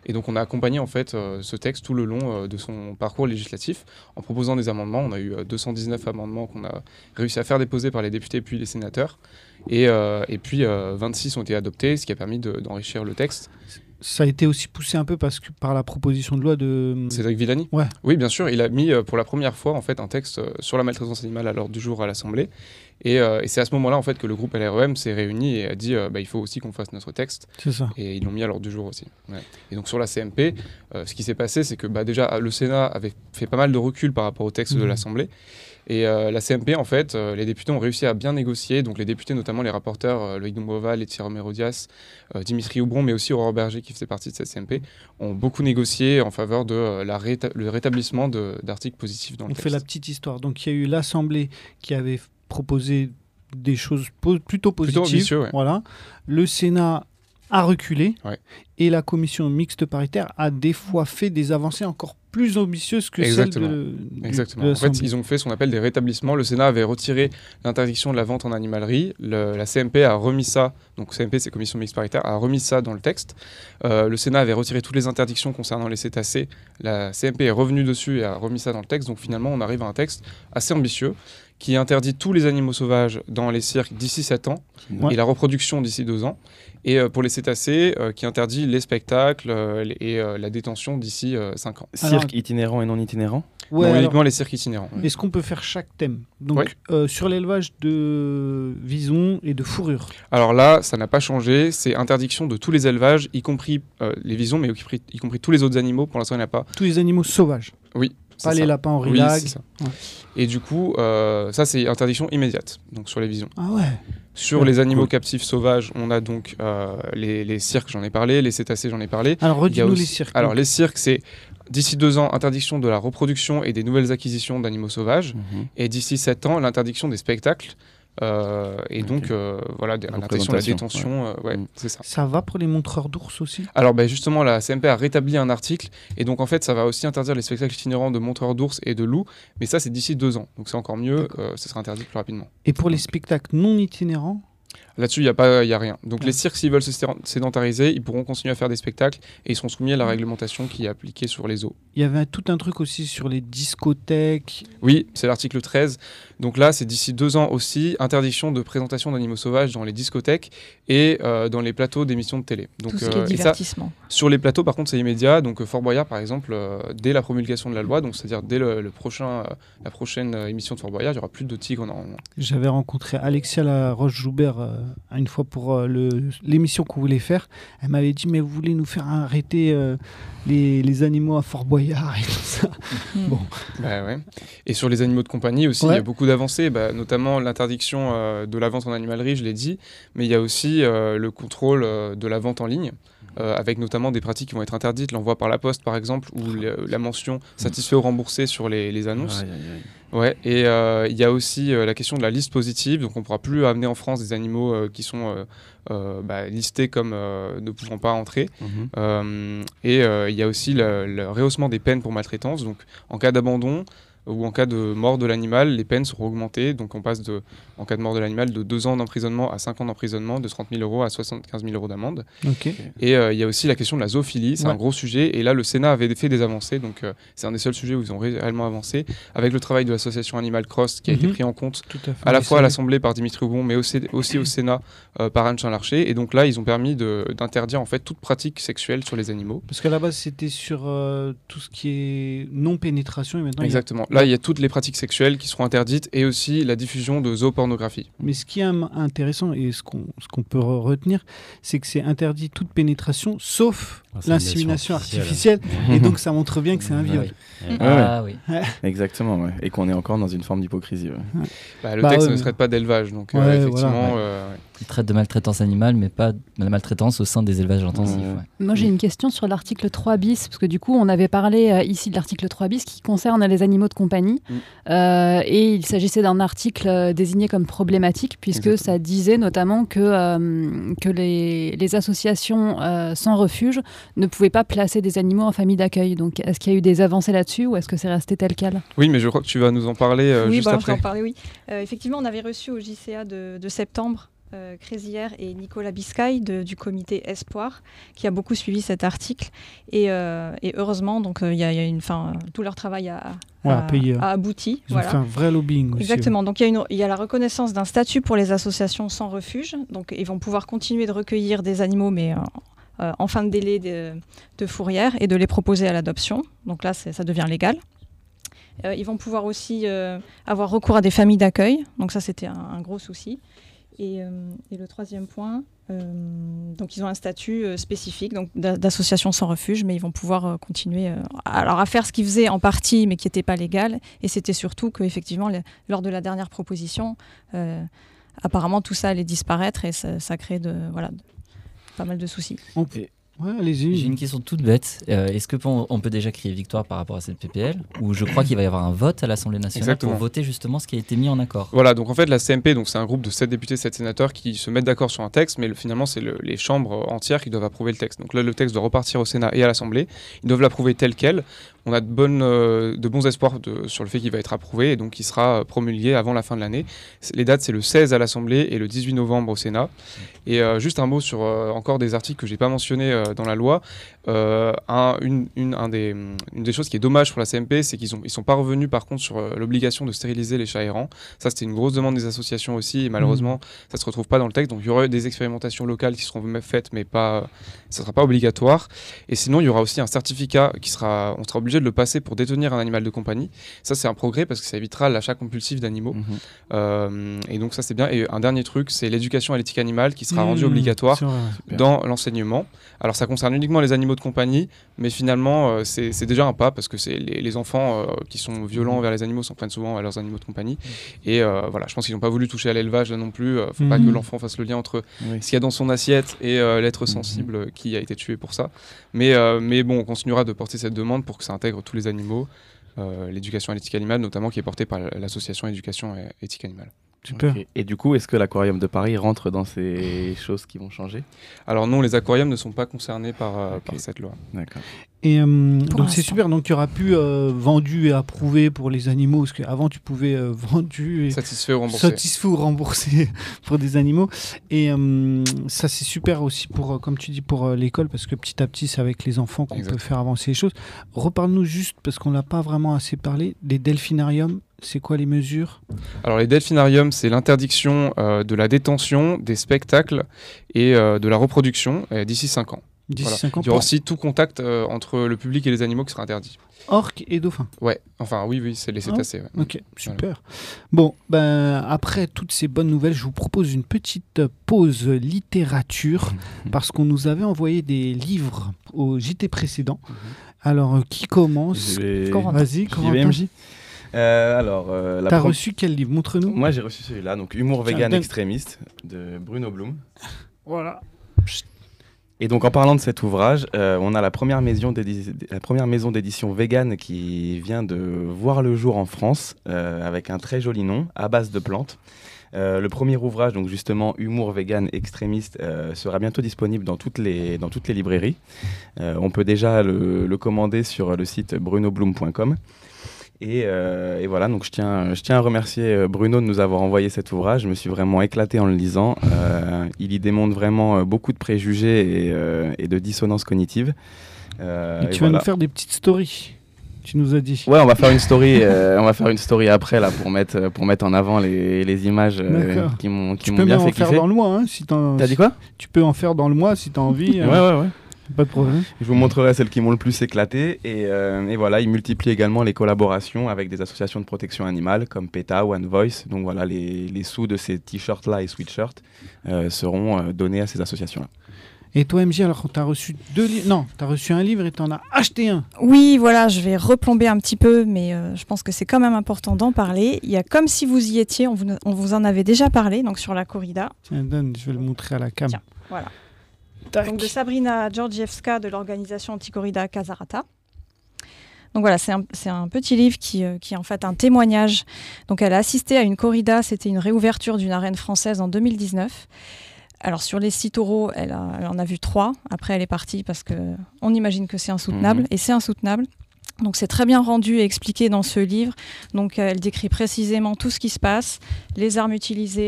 Et donc on a accompagné en fait ce texte tout le long de son parcours législatif en proposant des amendements. On a eu 219 amendements qu'on a réussi à faire déposer par les députés puis les sénateurs. Et puis 26 ont été adoptés, ce qui a permis d'enrichir le texte. Ça a été aussi poussé un peu par la proposition de loi de... Cédric Villani. Ouais. Oui, bien sûr, il a mis pour la première fois en fait un texte sur la maltraitance animale à l'ordre du jour à l'Assemblée. Et c'est à ce moment-là en fait que le groupe LREM s'est réuni et a dit il faut aussi qu'on fasse notre texte. C'est ça. Et ils l'ont mis à l'ordre du jour aussi. Ouais. Et donc sur la CMP, ce qui s'est passé, c'est que déjà le Sénat avait fait pas mal de recul par rapport au texte de l'Assemblée. Et la CMP, en fait, les députés ont réussi à bien négocier. Donc les députés, notamment les rapporteurs, Loïc Dombreval, Laetitia Romero-Dias, Dimitri Houbron, mais aussi Aurore Berger, qui faisait partie de cette CMP, ont beaucoup négocié en faveur de le rétablissement d'articles positifs dans le texte. On fait la petite histoire. Donc il y a eu l'Assemblée qui avait proposé des choses plutôt positives. Plutôt ambitieux, ouais. Voilà. Le Sénat a reculé, ouais. Et la commission mixte paritaire a des fois fait des avancées encore plus ambitieuses que celles de Exactement. En fait, ils ont fait ce qu'on appelle des rétablissements. Le Sénat avait retiré l'interdiction de la vente en animalerie. La CMP a remis ça, donc CMP, c'est commission mixte paritaire, a remis ça dans le texte. Le Sénat avait retiré toutes les interdictions concernant les cétacés. La CMP est revenue dessus et a remis ça dans le texte. Donc finalement, on arrive à un texte assez ambitieux qui interdit tous les animaux sauvages dans les cirques d'ici 7 ans et la reproduction d'ici 2 ans. Et pour les cétacés, qui interdit les spectacles et la détention d'ici 5 ans. Cirque itinérant et non itinérant ? Ouais, non, uniquement les cirques itinérants. Est-ce qu'on peut faire chaque thème ? Donc, sur l'élevage de visons et de fourrure. Alors là, ça n'a pas changé. C'est interdiction de tous les élevages, y compris les visons, mais y compris tous les autres animaux. Pour l'instant, il n'y en a pas. Tous les animaux sauvages. Oui. Pas les lapins en rilag. Oui, c'est ça. Ouais. Et du coup, ça, c'est interdiction immédiate, donc sur les visons. Ah ouais. Sur les animaux captifs sauvages, on a donc les cirques, j'en ai parlé, les cétacés, j'en ai parlé. Alors, redis-nous les cirques. Alors, les cirques, c'est d'ici 2 ans, interdiction de la reproduction et des nouvelles acquisitions d'animaux sauvages. Et d'ici 7 ans, l'interdiction des spectacles. Donc, voilà, l'interdiction de la détention. C'est ça. Ça va pour les montreurs d'ours aussi ? Alors, justement, la CMP a rétabli un article. Et donc, en fait, ça va aussi interdire les spectacles itinérants de montreurs d'ours et de loups. Mais ça, c'est d'ici 2 ans. Donc, c'est encore mieux. Ça sera interdit plus rapidement. Et pour les spectacles non itinérants ? Là-dessus, il n'y a rien. Donc les cirques, s'ils veulent se sédentariser, ils pourront continuer à faire des spectacles et ils seront soumis à la réglementation qui est appliquée sur les zoos. Il y avait tout un truc aussi sur les discothèques. Oui, c'est l'article 13. Donc là, c'est d'ici 2 ans aussi, interdiction de présentation d'animaux sauvages dans les discothèques et dans les plateaux d'émissions de télé. Donc, tout ce qui est divertissement. Ça, sur les plateaux, par contre, c'est immédiat. Donc Fort Boyard, par exemple, dès la promulgation de la loi, donc c'est-à-dire dès la prochaine émission de Fort Boyard, il n'y aura plus de tigres normalement. J'avais rencontré Alexia Laroche-Joubert une fois pour l'émission qu'on voulait faire. Elle m'avait dit, mais vous voulez nous faire arrêter les animaux à Fort Boyard et tout ça. Bon. Ouais. Et sur les animaux de compagnie aussi, il y a beaucoup d'avancées, notamment l'interdiction de la vente en animalerie, je l'ai dit, mais il y a aussi le contrôle de la vente en ligne. Avec notamment des pratiques qui vont être interdites, l'envoi par la poste par exemple, ou la mention satisfait ou remboursé sur les annonces. Ouais, et il y a aussi la question de la liste positive, donc on ne pourra plus amener en France des animaux qui sont listés comme ne pouvant pas entrer. Et il y a aussi le rehaussement des peines pour maltraitance, donc en cas d'abandon ou en cas de mort de l'animal, les peines seront augmentées. Donc on passe en cas de mort de l'animal, de 2 ans d'emprisonnement à 5 ans d'emprisonnement, de 30 000 € à 75 000 € d'amende. Okay. Et il y a aussi la question de la zoophilie, c'est un gros sujet. Et là, le Sénat avait fait des avancées, donc c'est un des seuls sujets où ils ont réellement avancé, avec le travail de l'association Animal Cross qui a été pris en compte à la fois à l'Assemblée par Dimitri Houbron, mais aussi au Sénat par Anne Chain-Larcher. Et donc là, ils ont permis d'interdire en fait toute pratique sexuelle sur les animaux. Parce qu'à la base, c'était sur tout ce qui est non-pénétration. Et maintenant, exactement. Là, il y a toutes les pratiques sexuelles qui seront interdites et aussi la diffusion de zoopornographie. Mais ce qui est intéressant et ce qu'on peut retenir, c'est que c'est interdit toute pénétration sauf l'insémination artificielle. Et donc, ça montre bien que c'est un viol. Oui. Exactement, ouais. Et qu'on est encore dans une forme d'hypocrisie. Le texte ne traite pas d'élevage, donc effectivement... Il traite de maltraitance animale, mais pas de la maltraitance au sein des élevages intensifs. Moi, j'ai une question sur l'article 3 bis, parce que du coup, on avait parlé ici de l'article 3 bis qui concerne les animaux de compagnie. Et il s'agissait d'un article désigné comme problématique, puisque ça disait notamment que les associations sans refuge ne pouvaient pas placer des animaux en famille d'accueil. Donc, est-ce qu'il y a eu des avancées là-dessus ou est-ce que c'est resté tel quel ? Oui, mais je crois que tu vas nous en parler juste après. Oui, je vais en parler, oui. Effectivement, on avait reçu au JCA de septembre Crézière et Nicolas Biscay du comité Espoir qui a beaucoup suivi cet article et heureusement donc il y a tout leur travail a abouti. Ils ont fait un vrai lobbying aussi. Exactement. Donc il y a la reconnaissance d'un statut pour les associations sans refuge. Donc ils vont pouvoir continuer de recueillir des animaux mais en fin de délai de fourrière et de les proposer à l'adoption. Donc là ça devient légal. Ils vont pouvoir aussi avoir recours à des familles d'accueil. Donc ça c'était un gros souci. Et le troisième point, donc ils ont un statut spécifique donc d'association sans refuge, mais ils vont pouvoir continuer à faire ce qu'ils faisaient en partie, mais qui n'était pas légal. Et c'était surtout qu'effectivement, lors de la dernière proposition, apparemment tout ça allait disparaître et ça crée pas mal de soucis. Ouais, allez-y. J'ai une question toute bête. Est-ce qu'on peut déjà crier victoire par rapport à cette PPL ou je crois qu'il va y avoir un vote à l'Assemblée nationale pour voter justement ce qui a été mis en accord. Voilà, donc en fait la CMP, donc c'est un groupe de 7 députés, 7 sénateurs qui se mettent d'accord sur un texte, mais finalement c'est les chambres entières qui doivent approuver le texte. Donc là le texte doit repartir au Sénat et à l'Assemblée. Ils doivent l'approuver tel quel. On a de bons espoirs sur le fait qu'il va être approuvé et donc il sera promulgué avant la fin de l'année. Les dates, c'est le 16 à l'Assemblée et le 18 novembre au Sénat. Et juste un mot sur encore des articles que je n'ai pas mentionnés dans la loi. Une des choses qui est dommage pour la CMP, c'est qu'ils ne sont pas revenus par contre sur l'obligation de stériliser les chats errants. Ça, c'était une grosse demande des associations aussi et malheureusement, ça ne se retrouve pas dans le texte. Donc il y aura des expérimentations locales qui seront faites, mais ça ne sera pas obligatoire. Et sinon, il y aura aussi un certificat on sera obligé de le passer pour détenir un animal de compagnie. Ça, c'est un progrès parce que ça évitera l'achat compulsif d'animaux. Et donc ça, c'est bien. Et un dernier truc, c'est l'éducation à l'éthique animale qui sera rendue obligatoire dans l'enseignement. Alors ça concerne uniquement les animaux de compagnie, mais finalement c'est déjà un pas parce que c'est les enfants qui sont violents envers les animaux s'en prennent souvent à leurs animaux de compagnie. Et voilà, je pense qu'ils n'ont pas voulu toucher à l'élevage là non plus. Faut pas que l'enfant fasse le lien entre ce qu'il y a dans son assiette et l'être sensible qui a été tué pour ça. Mais bon, on continuera de porter cette demande pour que ça intègre tous les animaux, l'éducation à l'éthique animale notamment qui est portée par l'association éducation et éthique animale. Super. Okay. Et du coup, est-ce que l'aquarium de Paris rentre dans ces choses qui vont changer ? Alors non, les aquariums ne sont pas concernés par cette loi. D'accord. Et donc c'est super, donc il y aura plus vendu et approuvé pour les animaux, parce qu'avant tu pouvais vendu et satisfait ou remboursé pour des animaux. Et ça c'est super aussi pour, comme tu dis, pour l'école, parce que petit à petit c'est avec les enfants qu'on peut faire avancer les choses. Reparle-nous juste, parce qu'on n'a pas vraiment assez parlé, des delphinariums. C'est quoi les mesures ? Alors les delphinariums, c'est l'interdiction de la détention, des spectacles et de la reproduction d'ici 5 ans. D'ici 5 ans. Il y aura aussi tout contact entre le public et les animaux qui sera interdit. Orques et dauphins. Ouais, enfin oui, c'est les cétacés. Ouais. Ok, super. Voilà. Bon, après toutes ces bonnes nouvelles, je vous propose une petite pause littérature parce qu'on nous avait envoyé des livres au JT précédent. Alors, qui commence ? Vas-y, Corentin. T'as reçu quel livre ? Montre-nous. Moi, j'ai reçu celui-là, donc Humour vegan extrémiste de Bruno Blum. Voilà. Et donc, en parlant de cet ouvrage, on a la première maison d'édition vegan qui vient de voir le jour en France, avec un très joli nom, À base de plantes. Le premier ouvrage, donc justement Humour vegan extrémiste, sera bientôt disponible dans toutes les librairies. On peut déjà le commander sur le site brunoblum.com. Et voilà, donc je tiens à remercier Bruno de nous avoir envoyé cet ouvrage. Je me suis vraiment éclaté en le lisant. Il y démontre vraiment beaucoup de préjugés et de dissonances cognitives. Et tu vas nous faire des petites stories, tu nous as dit. Ouais, on va faire une story après là pour mettre en avant les images qui m'ont bien fait kiffer. Tu peux en faire dans le mois, hein, si t'as dit quoi ? Tu peux en faire dans le mois si t'as envie. Ouais. Pas de problème. Je vous montrerai celles qui m'ont le plus éclaté. Et voilà, il multiplie également les collaborations avec des associations de protection animale comme PETA, One Voice. Donc voilà, les sous de ces t-shirts-là et sweatshirts seront donnés à ces associations-là. Et toi, MJ, alors t'as reçu 2 livres ? Non, t'as reçu un livre et t'en as acheté un. Oui, voilà, je vais replomber un petit peu, mais je pense que c'est quand même important d'en parler. Il y a Comme si vous y étiez, on vous en avait déjà parlé, donc sur la corrida. Tiens, donne, je vais le montrer à la cam. Tiens, voilà. Tac. Donc de Sabrina Georgievska de l'organisation anti-corrida Casarata. Donc voilà, c'est un petit livre qui est en fait un témoignage. Donc elle a assisté à une corrida, c'était une réouverture d'une arène française en 2019. Alors sur les 6 taureaux, elle en a vu 3. Après elle est partie parce qu'on imagine que c'est insoutenable, et c'est insoutenable. Donc c'est très bien rendu et expliqué dans ce livre. Donc elle décrit précisément tout ce qui se passe, les armes utilisées,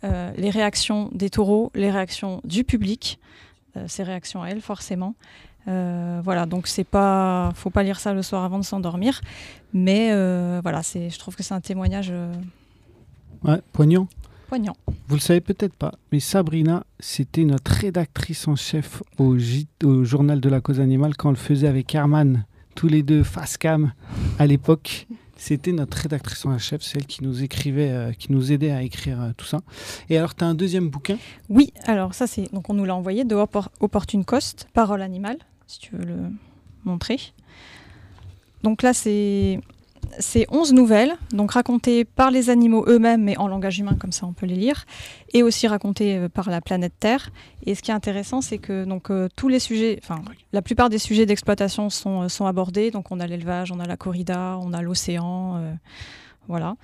les réactions des taureaux, les réactions du public, ses réactions à elle forcément. Voilà, donc faut pas lire ça le soir avant de s'endormir, mais voilà, je trouve que c'est un témoignage poignant. Vous le savez peut-être pas, mais Sabrina, c'était notre rédactrice en chef au Journal de la Cause Animale quand on le faisait avec Herman, tous les deux face cam à l'époque. C'était notre rédactrice en chef, celle qui nous écrivait, qui nous aidait à écrire tout ça. Et alors, tu as un deuxième bouquin ? Oui, alors ça, donc on nous l'a envoyé de Opportune Cost, Parole animale, si tu veux le montrer. Donc là, c'est 11 nouvelles, donc racontées par les animaux eux-mêmes, mais en langage humain, comme ça on peut les lire, et aussi racontées par la planète Terre. Et ce qui est intéressant, c'est que tous les sujets, la plupart des sujets d'exploitation sont abordés. Donc on a l'élevage, on a la corrida, on a l'océan, voilà.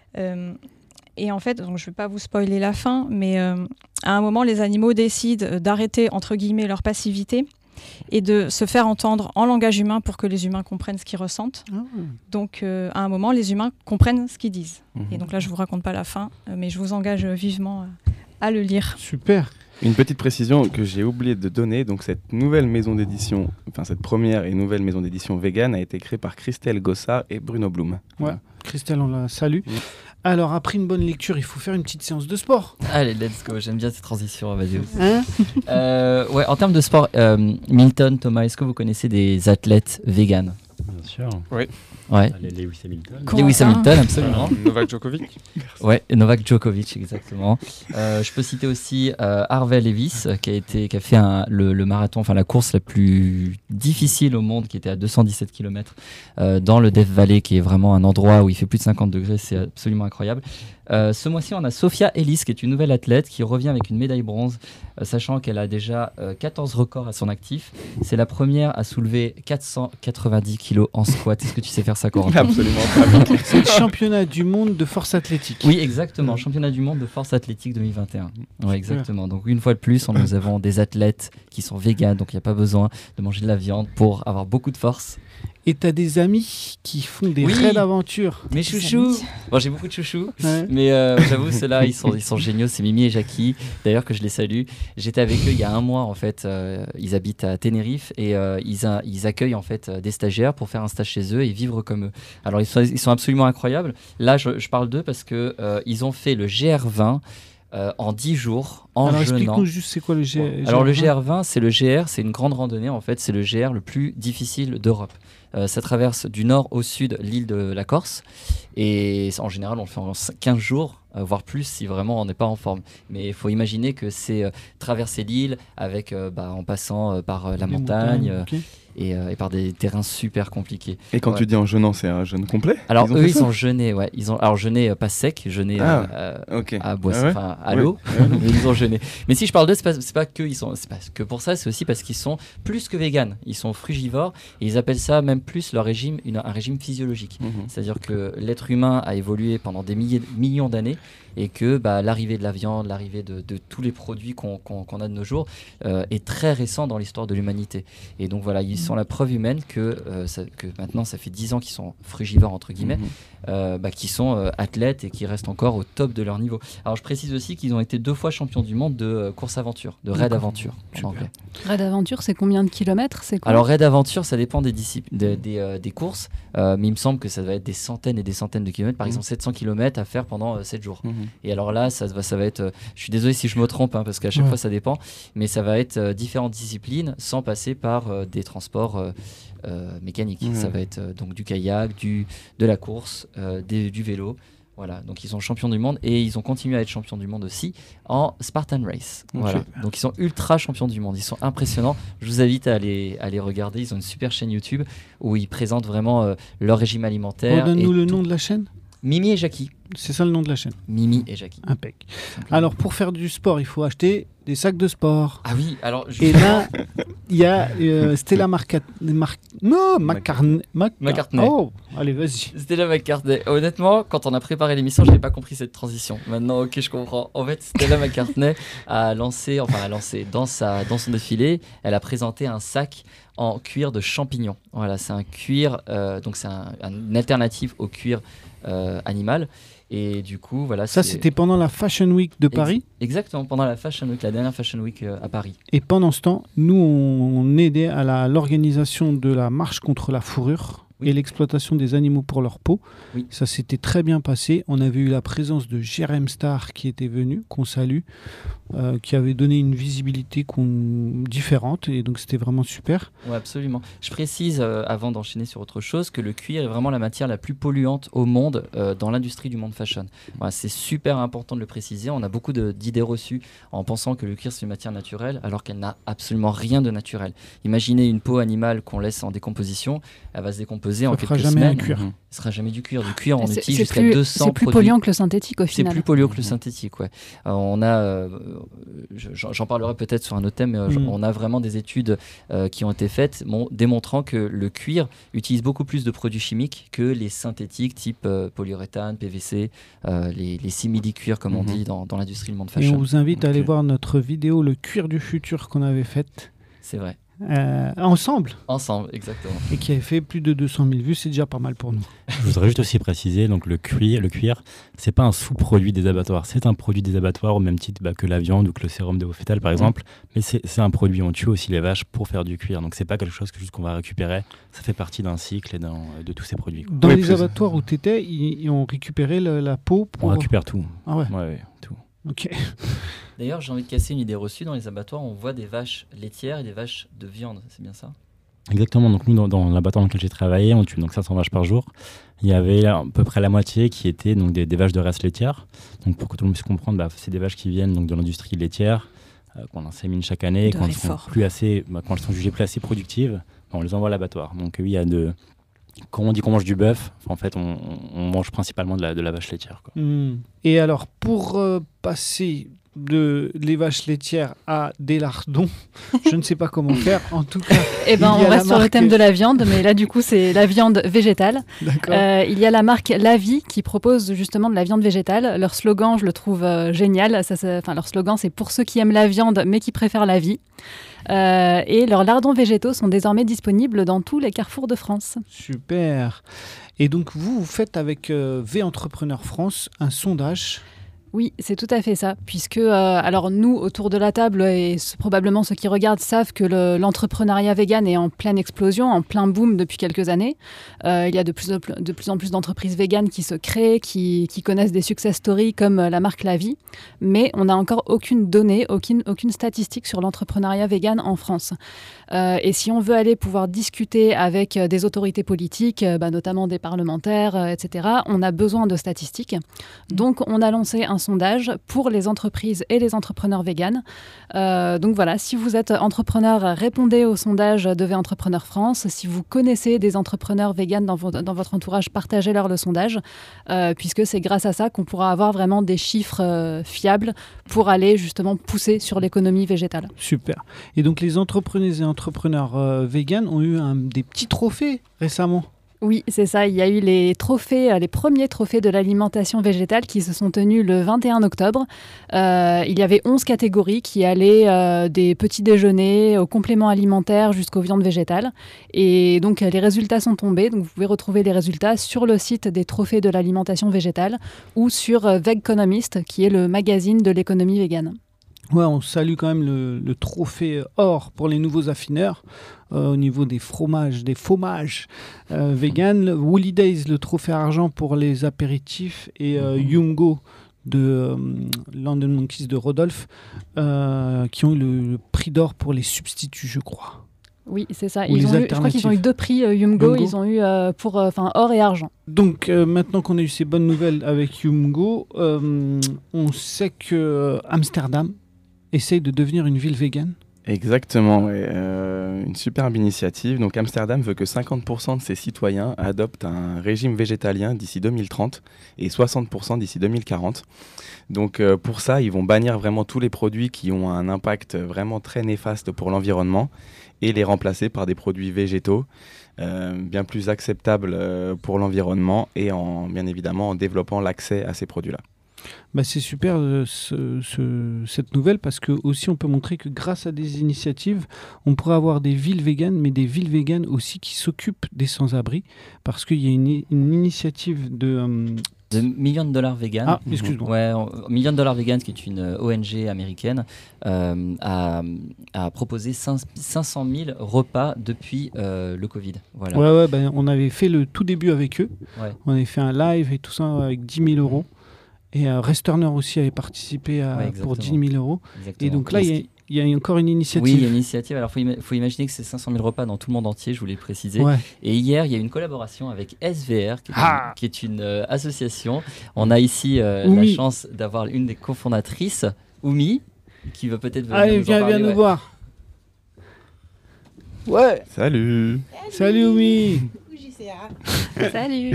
Et en fait, donc je ne vais pas vous spoiler la fin, mais à un moment, les animaux décident d'arrêter, entre guillemets, leur passivité et de se faire entendre en langage humain pour que les humains comprennent ce qu'ils ressentent. Donc, à un moment, les humains comprennent ce qu'ils disent. Et donc là, je ne vous raconte pas la fin, mais je vous engage vivement à le lire. Super. Une petite précision que j'ai oublié de donner, donc cette nouvelle maison d'édition, cette première et nouvelle maison d'édition vegan a été créée par Christelle Gossard et Bruno Blum. Ouais, Voilà. Christelle, on la salue. Alors, après une bonne lecture, il faut faire une petite séance de sport. Allez, let's go, j'aime bien ces transitions, vas-y. Hein ouais, en termes de sport, Milton, Thomas, est-ce que vous connaissez des athlètes véganes ? Bien sûr. Oui. Ouais. Lewis Hamilton. Lewis Hamilton, absolument. Novak Djokovic. Ouais, Novak Djokovic, exactement. Je peux citer aussi Harvey Lewis, qui a fait le marathon, la course la plus difficile au monde, qui était à 217 km dans le Death Valley, qui est vraiment un endroit où il fait plus de 50 degrés, c'est absolument incroyable. Ce mois-ci, on a Sophia Ellis, qui est une nouvelle athlète, qui revient avec une médaille bronze, sachant qu'elle a déjà 14 records à son actif. C'est la première à soulever 490 kilos en squat. Est-ce que tu sais faire ça, Corentin ? Absolument pas. C'est le championnat du monde de force athlétique. Oui, exactement. Championnat du monde de force athlétique 2021. Oui, exactement. Donc, une fois de plus, nous avons des athlètes qui sont véganes, donc il n'y a pas besoin de manger de la viande pour avoir beaucoup de force. Et tu as des amis qui font des raids d'aventure. Mes chouchous. Bon, j'ai beaucoup de chouchous, ouais. Mais j'avoue, ceux-là, ils sont géniaux. C'est Mimi et Jackie, d'ailleurs, que je les salue. J'étais avec eux il y a un mois, en fait. Ils habitent à Tenerife et ils accueillent, en fait, des stagiaires pour faire un stage chez eux et vivre comme eux. Alors, ils sont absolument incroyables. Là, je parle d'eux parce qu'ils ont fait le GR20 en 10 jours, en jeûnant. Explique-nous juste c'est quoi le GR20. Alors, le GR20, c'est une grande randonnée, en fait. C'est le GR le plus difficile d'Europe. Ça traverse du nord au sud l'île de la Corse et en général on le fait en 15 jours, voire plus si vraiment on n'est pas en forme. Mais il faut imaginer que c'est traverser l'île avec, en passant par la montagne. Okay. Et par des terrains super compliqués. Et quand tu dis en jeûnant, c'est un jeûne complet ? Alors ils ont jeûné, ouais. Alors jeûné pas sec, jeûné à boisson, à l'eau. Mais ils ont jeûné. Mais si je parle d'eux, c'est pas que pour ça, c'est aussi parce qu'ils sont plus que véganes. Ils sont frugivores et ils appellent ça même plus leur régime un régime physiologique. C'est-à-dire que l'être humain a évolué pendant des millions d'années et que l'arrivée de la viande, l'arrivée de tous les produits qu'on a de nos jours est très récent dans l'histoire de l'humanité. Et donc voilà, ils sont la preuve humaine que maintenant ça fait 10 ans qu'ils sont frugivores entre guillemets, qui sont athlètes et qui restent encore au top de leur niveau. Alors je précise aussi qu'ils ont été 2 fois champions du monde de course aventure, de raid aventure en anglais. Raid aventure, c'est combien de kilomètres, c'est quoi ? Alors raid aventure, ça dépend des courses, mais il me semble que ça va être des centaines et des centaines de kilomètres, par exemple 700 km à faire pendant 7 jours. Et alors là, ça va être, je suis désolé si je me trompe, parce qu'à chaque fois ça dépend, mais ça va être différentes disciplines sans passer par des transports mécaniques. Ça va être donc du kayak, de la course, du vélo. Voilà, donc ils sont champions du monde et ils ont continué à être champions du monde aussi en Spartan Race. Voilà. Donc ils sont ultra champions du monde, ils sont impressionnants. Je vous invite à aller regarder, ils ont une super chaîne YouTube où ils présentent vraiment leur régime alimentaire. Donne-nous le nom de la chaîne. Mimi et Jackie. C'est ça le nom de la chaîne. Mimi et Jackie. Impec. Alors pour faire du sport, il faut acheter des sacs de sport. Ah oui, alors et là, il y a Stella McCartney. Oh, allez, vas-y. Stella McCartney. Honnêtement, quand on a préparé l'émission, je n'ai pas compris cette transition. Maintenant, ok, je comprends. En fait, Stella McCartney a lancé dans son défilé, elle a présenté un sac en cuir de champignon. Voilà, c'est un cuir, donc c'est une alternative au cuir animal. Et du coup, voilà. Ça, c'était pendant la Fashion Week de Paris. Exactement, pendant la Fashion Week, la dernière Fashion Week à Paris. Et pendant ce temps, nous, on aidait à l'organisation de la marche contre la fourrure et l'exploitation des animaux pour leur peau. Oui. Ça s'était très bien passé. On avait eu la présence de Jérém Star qui était venu, qu'on salue, qui avait donné une visibilité différente. Et donc, c'était vraiment super. Oui, absolument. Je précise, avant d'enchaîner sur autre chose, que le cuir est vraiment la matière la plus polluante au monde dans l'industrie du monde fashion. Voilà, c'est super important de le préciser. On a beaucoup d'idées reçues en pensant que le cuir, c'est une matière naturelle, alors qu'elle n'a absolument rien de naturel. Imaginez une peau animale qu'on laisse en décomposition. Elle va se décomposer en quelques semaines. Ça fera jamais un cuir. Ce sera jamais du cuir. Du cuir, on utilise jusqu'à plus, 200 c'est plus produits. polluant que le synthétique au final. C'est plus polluant que le synthétique, ouais. On a, j'en parlerai peut-être sur un autre thème, mais on a vraiment des études qui ont été faites démontrant que le cuir utilise beaucoup plus de produits chimiques que les synthétiques type polyuréthane, PVC, les simili-cuirs comme on dit dans l'industrie du monde fashion. Et on vous invite à aller voir notre vidéo Le cuir du futur qu'on avait faite. C'est vrai. Ensemble, exactement. Et qui avait fait plus de 200 000 vues, c'est déjà pas mal pour nous. Je voudrais juste aussi préciser, donc le cuir, c'est pas un sous-produit des abattoirs, c'est un produit des abattoirs au même titre que la viande ou que le sérum de veau fœtal par exemple, mais c'est un produit, on tue aussi les vaches pour faire du cuir, donc c'est pas quelque chose que juste qu'on va récupérer, ça fait partie d'un cycle et de tous ces produits. Dans les abattoirs où tu étais, ils ont récupéré la peau On récupère tout. Ah ouais. Ouais, tout. Ok. D'ailleurs, j'ai envie de casser une idée reçue. Dans les abattoirs, on voit des vaches laitières et des vaches de viande. C'est bien ça? Exactement. Donc nous, dans l'abattoir dans lequel j'ai travaillé, on tue donc 500 vaches par jour. Il y avait à peu près la moitié qui étaient donc des vaches de race laitière. Donc pour que tout le monde puisse comprendre, c'est des vaches qui viennent donc de l'industrie laitière, qu'on insémine chaque année, quand elles sont jugées plus assez productives, on les envoie à l'abattoir. Donc oui, il y a quand on dit qu'on mange du bœuf, en fait, on mange principalement de la vache laitière, quoi. Et alors, pour passer les vaches laitières à des lardons, je ne sais pas comment faire. En tout cas, on reste sur le thème de la viande, mais là, du coup, c'est la viande végétale. D'accord. Il y a la marque La Vie qui propose justement de la viande végétale. Leur slogan, je le trouve génial. Leur slogan, c'est pour ceux qui aiment la viande, mais qui préfèrent la vie. Et leurs lardons végétaux sont désormais disponibles dans tous les carrefours de France. Super. Et donc, vous faites avec V-Entrepreneur France un sondage. Oui, c'est tout à fait ça, puisque alors nous, autour de la table, et probablement ceux qui regardent savent que l'entrepreneuriat vegan est en pleine explosion, en plein boom depuis quelques années. Il y a de plus en plus d'entreprises véganes qui se créent, qui connaissent des success stories comme la marque La Vie, mais on n'a encore aucune donnée, aucune statistique sur l'entrepreneuriat vegan en France. Et si on veut aller pouvoir discuter avec des autorités politiques, notamment des parlementaires, etc., on a besoin de statistiques. Donc, on a lancé un sondage pour les entreprises et les entrepreneurs véganes. Donc voilà, si vous êtes entrepreneur, répondez au sondage de V-Entrepreneur France. Si vous connaissez des entrepreneurs véganes dans votre entourage, partagez-leur le sondage, puisque c'est grâce à ça qu'on pourra avoir vraiment des chiffres fiables pour aller justement pousser sur l'économie végétale. Super. Et donc, les entrepreneurs et entrepreneurs véganes ont eu des petits trophées récemment. Oui, c'est ça. Il y a eu les premiers trophées de l'alimentation végétale qui se sont tenus le 21 octobre. Il y avait 11 catégories qui allaient des petits déjeuners aux compléments alimentaires jusqu'aux viandes végétales. Et donc, les résultats sont tombés. Donc, vous pouvez retrouver les résultats sur le site des trophées de l'alimentation végétale ou sur Vegconomist, qui est le magazine de l'économie végane. Ouais, on salue quand même le trophée or pour les nouveaux affineurs au niveau des fromages vegan. Woolly Days, le trophée argent pour les apéritifs, et Yumgo de London Monkeys de Rodolphe qui ont eu le prix d'or pour les substituts, je crois. Oui, c'est ça. Je crois qu'ils ont eu 2 prix Yumgo. Ils ont eu pour or et argent. Donc maintenant qu'on a eu ces bonnes nouvelles avec Yumgo, on sait que Amsterdam essaye de devenir une ville végane. Exactement, ouais. Une superbe initiative. Donc Amsterdam veut que 50% de ses citoyens adoptent un régime végétalien d'ici 2030 et 60% d'ici 2040. Donc pour ça, ils vont bannir vraiment tous les produits qui ont un impact vraiment très néfaste pour l'environnement et les remplacer par des produits végétaux bien plus acceptables pour l'environnement et bien évidemment en développant l'accès à ces produits-là. C'est super cette nouvelle, parce que aussi on peut montrer que grâce à des initiatives, on pourrait avoir des villes véganes, mais des villes véganes aussi qui s'occupent des sans-abri, parce qu'il y a une initiative de The Million Dollar Vegan. Ah, excuse-moi. Ouais, Million Dollar Vegan, qui est une ONG américaine, a proposé 500 000 repas depuis le Covid. Voilà. Ouais, on avait fait le tout début avec eux. Ouais. On avait fait un live et tout ça avec 10 000 euros. Et Resturner aussi avait participé pour 10 000 euros. Exactement. Et donc là, il y a encore une initiative. Oui, il y a une initiative. Alors, il faut imaginer que c'est 500 000 repas dans tout le monde entier, je voulais le préciser. Ouais. Et hier, il y a eu une collaboration avec SVR, qui est une association. On a ici la chance d'avoir une des cofondatrices, Oumi, qui va peut-être venir nous en parler. Viens nous voir. Ouais. Salut. Salut Oumi. Salut.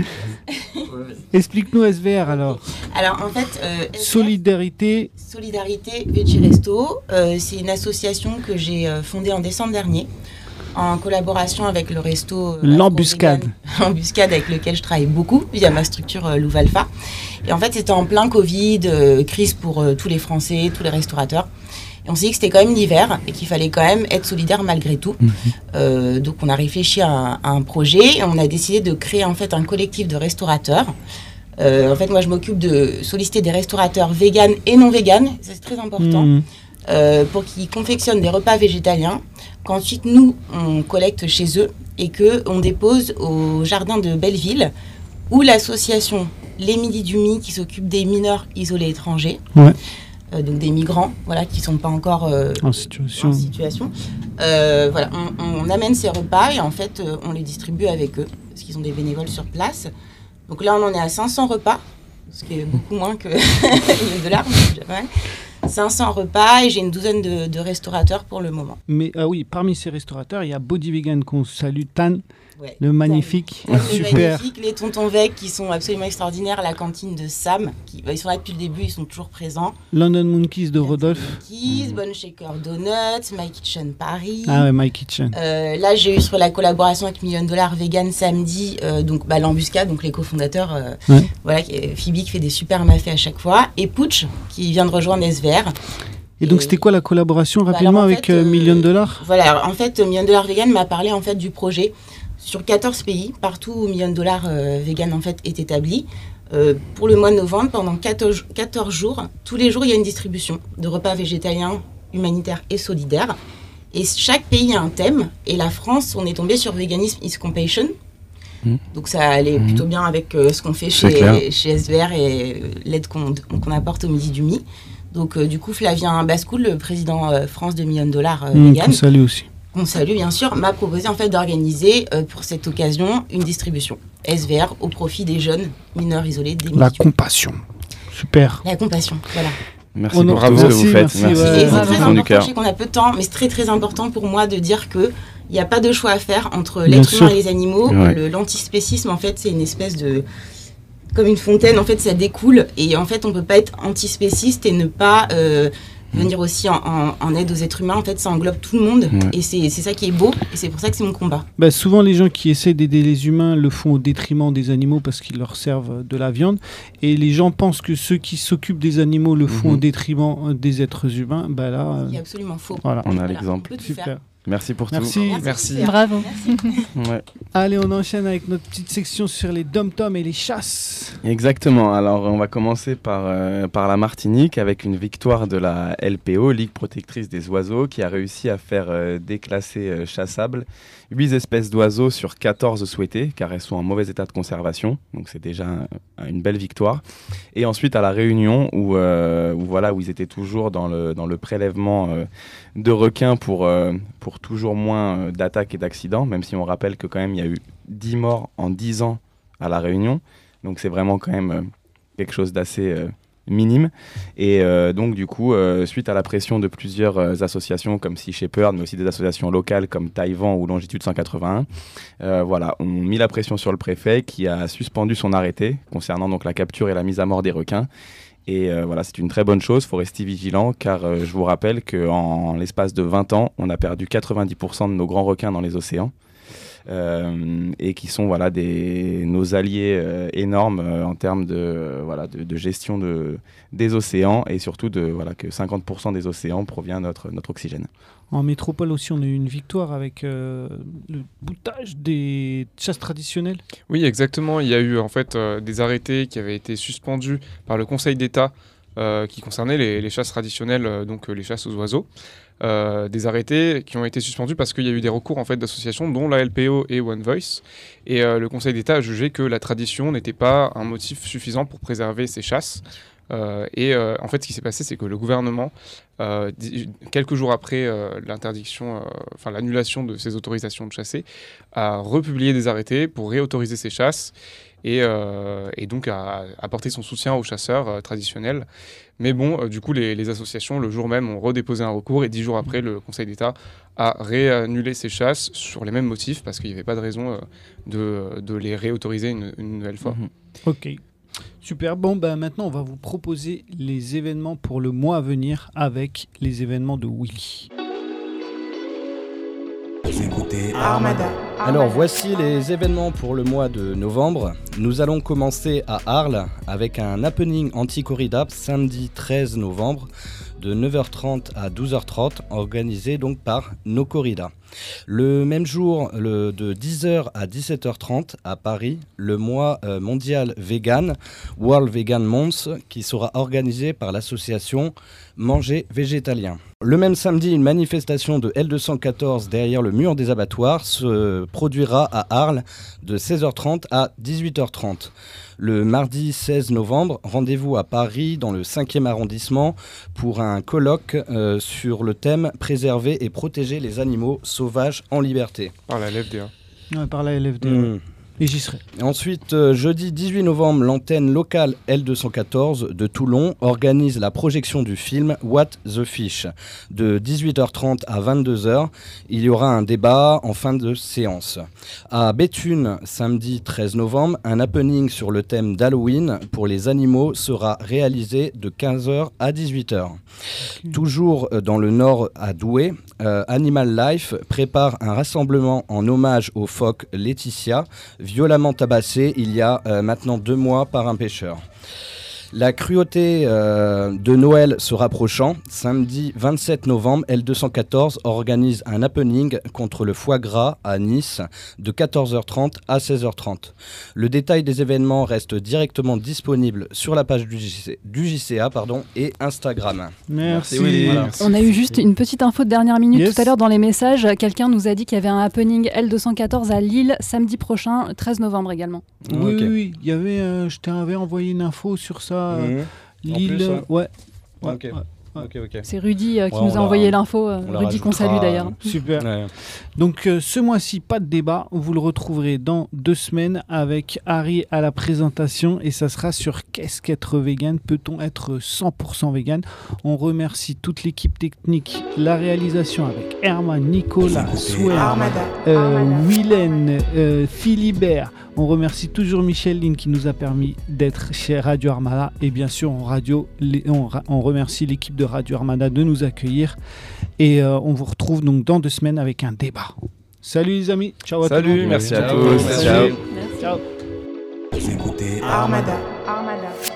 Explique-nous SVR alors. Alors en fait, Solidarité Veggie Resto, c'est une association que j'ai fondée en décembre dernier en collaboration avec le resto L'Embuscade. L'Embuscade, avec lequel je travaille beaucoup via ma structure Louve Alpha. Et en fait, c'était en plein Covid, crise pour tous les Français, tous les restaurateurs. Et on s'est dit que c'était quand même l'hiver et qu'il fallait quand même être solidaire malgré tout. Donc on a réfléchi à un projet et on a décidé de créer en fait un collectif de restaurateurs. En fait, moi je m'occupe de solliciter des restaurateurs véganes et non véganes, ça c'est très important, pour qu'ils confectionnent des repas végétaliens, qu'ensuite nous on collecte chez eux et qu'on dépose au jardin de Belleville, où l'association Les Midis du Mi, qui s'occupe des mineurs isolés étrangers, donc des migrants, voilà, qui ne sont pas encore en situation. Voilà, on amène ces repas et en fait, on les distribue avec eux, parce qu'ils ont des bénévoles sur place. Donc là, on en est à 500 repas, ce qui est beaucoup moins que $1 mais c'est déjà pas mal. 500 repas et j'ai une douzaine de restaurateurs pour le moment. Mais oui, parmi ces restaurateurs, il y a Body Vegan qu'on salue, Tan. Le magnifique, super. Magnifique, les tontons Veg qui sont absolument extraordinaires, la cantine de Sam, ils sont là depuis le début, ils sont toujours présents. London Monkeys de Rodolphe. Monkeys, Bone Shaker Donuts, My Kitchen Paris. Ah ouais, My Kitchen. Là, j'ai eu sur la collaboration avec Million Dollar Vegan samedi, donc l'Embuscade, donc les cofondateurs, voilà, Phoebe qui fait des super mafés à chaque fois, et Pooch qui vient de rejoindre SVR. Et donc c'était quoi la collaboration rapidement avec Million Dollar? Voilà, en fait, Million Dollar Vegan m'a parlé en fait du projet. Sur 14 pays, partout où Million Dollar Vegan en fait est établi, pour le mois de novembre, pendant 14 jours, tous les jours il y a une distribution de repas végétaliens, humanitaires et solidaires. Et chaque pays a un thème. Et la France, on est tombé sur Veganism is Compassion. Donc ça allait plutôt bien avec ce qu'on fait chez SVR et l'aide qu'on apporte au Midi du Mi. Donc du coup, Flavien Bascoul, le président France de Million Dollar Vegan. Salut aussi. On salue bien sûr, m'a proposé en fait d'organiser pour cette occasion une distribution SVR au profit des jeunes mineurs isolés des La compassion, super. La compassion, voilà. Merci pour tout ce que vous faites. Merci. Et c'est très important, je sais qu'on a peu de temps, mais c'est très très important pour moi de dire que il n'y a pas de choix à faire entre l'être humain et les animaux. L'antispécisme en fait c'est une espèce de comme une fontaine, en fait ça découle et en fait on peut pas être antispéciste et ne pas venir aussi en aide aux êtres humains. En fait, ça englobe tout le monde. Et c'est ça qui est beau. Et c'est pour ça que c'est mon combat. Souvent, les gens qui essaient d'aider les humains le font au détriment des animaux parce qu'ils leur servent de la viande. Et les gens pensent que ceux qui s'occupent des animaux le font au détriment des êtres humains. Là, c'est absolument faux. Voilà. On a l'exemple. Super. Merci pour tout. Merci. Bravo. Allez, on enchaîne avec notre petite section sur les dom-toms et les chasses. Exactement. Alors, on va commencer par la Martinique avec une victoire de la LPO, Ligue protectrice des oiseaux, qui a réussi à faire déclasser chassables 8 espèces d'oiseaux sur 14 souhaitées, car elles sont en mauvais état de conservation. Donc, c'est déjà une belle victoire. Et ensuite, à La Réunion, où ils étaient toujours dans le prélèvement de requins pour toujours moins d'attaques et d'accidents, même si on rappelle que quand même il y a eu 10 morts en 10 ans à La Réunion, donc c'est vraiment quand même quelque chose d'assez minime. Et donc du coup, suite à la pression de plusieurs associations comme Sea Shepherd, mais aussi des associations locales comme Taïwan ou Longitude 181, on mis la pression sur le préfet qui a suspendu son arrêté concernant donc la capture et la mise à mort des requins. Et c'est une très bonne chose, il faut rester vigilant car je vous rappelle qu'en l'espace de 20 ans, on a perdu 90% de nos grands requins dans les océans. et qui sont nos alliés énormes en termes de gestion des océans et surtout que 50% des océans provient de notre oxygène. En métropole aussi, on a eu une victoire avec le boutage des chasses traditionnelles. Oui, exactement. Il y a eu en fait des arrêtés qui avaient été suspendus par le Conseil d'État qui concernaient les chasses traditionnelles, donc les chasses aux oiseaux. Des arrêtés qui ont été suspendus parce qu'il y a eu des recours en fait, d'associations dont la LPO et One Voice. Et le Conseil d'État a jugé que la tradition n'était pas un motif suffisant pour préserver ces chasses. En fait, ce qui s'est passé, c'est que le gouvernement, quelques jours après l'annulation de ces autorisations de chasser, a republié des arrêtés pour réautoriser ces chasses et donc a apporté son soutien aux chasseurs traditionnels. Mais bon, du coup, les associations, le jour même, ont redéposé un recours et 10 jours après, le Conseil d'État a réannulé ces chasses sur les mêmes motifs parce qu'il n'y avait pas de raison de les réautoriser une nouvelle fois. Ok. Super, maintenant on va vous proposer les événements pour le mois à venir avec les événements de Willy. Vous écoutez Armada. Alors voici les événements pour le mois de novembre. Nous allons commencer à Arles avec un happening anti-corrida samedi 13 novembre de 9h30 à 12h30 organisé donc par No Corrida. Le même jour, de 10h à 17h30 à Paris, le mois mondial vegan, World Vegan Month, qui sera organisé par l'association Manger Végétalien. Le même samedi, une manifestation de L214 derrière le mur des abattoirs se produira à Arles de 16h30 à 18h30. Le mardi 16 novembre, rendez-vous à Paris dans le 5e arrondissement pour un colloque sur le thème « Préserver et protéger les animaux sauvages en liberté ». Par la LFDA. Ouais, par la LFDA. Et j'y serai. Ensuite, jeudi 18 novembre, l'antenne locale L214 de Toulon organise la projection du film What the Fish. De 18h30 à 22h, il y aura un débat en fin de séance. À Béthune, samedi 13 novembre, un happening sur le thème d'Halloween pour les animaux sera réalisé de 15h à 18h. Toujours dans le nord à Douai, Animal Life prépare un rassemblement en hommage au phoque Laetitia, violemment tabassé il y a maintenant 2 mois par un pêcheur. La cruauté de Noël se rapprochant, samedi 27 novembre, L214 organise un happening contre le foie gras à Nice de 14h30 à 16h30. Le détail des événements reste directement disponible sur la page du JCA et Instagram. Merci. Voilà. On a eu juste une petite info de dernière minute tout à l'heure dans les messages. Quelqu'un nous a dit qu'il y avait un happening L214 à Lille samedi prochain, 13 novembre également. Oui, il y avait, je t'avais envoyé une info sur ça. Lille, plus, ouais. Ok. C'est Rudy qui nous a envoyé l'info. Rudy qu'on salue d'ailleurs. Super. Ouais. Donc ce mois-ci, pas de débat. Vous le retrouverez dans 2 semaines avec Harry à la présentation et ça sera sur qu'est-ce qu'être vegan. Peut-on être 100% vegan? On remercie toute l'équipe technique, la réalisation avec Herman, Nicolas, Swen, Willen, Philibert. On remercie toujours Micheline qui nous a permis d'être chez Radio Armada et bien sûr on remercie l'équipe de Radio Armada de nous accueillir et on vous retrouve donc dans 2 semaines avec un débat. Salut les amis, ciao à tous. Salut, merci à tous. Ciao. Ciao. Vous écoutez Armada. Armada.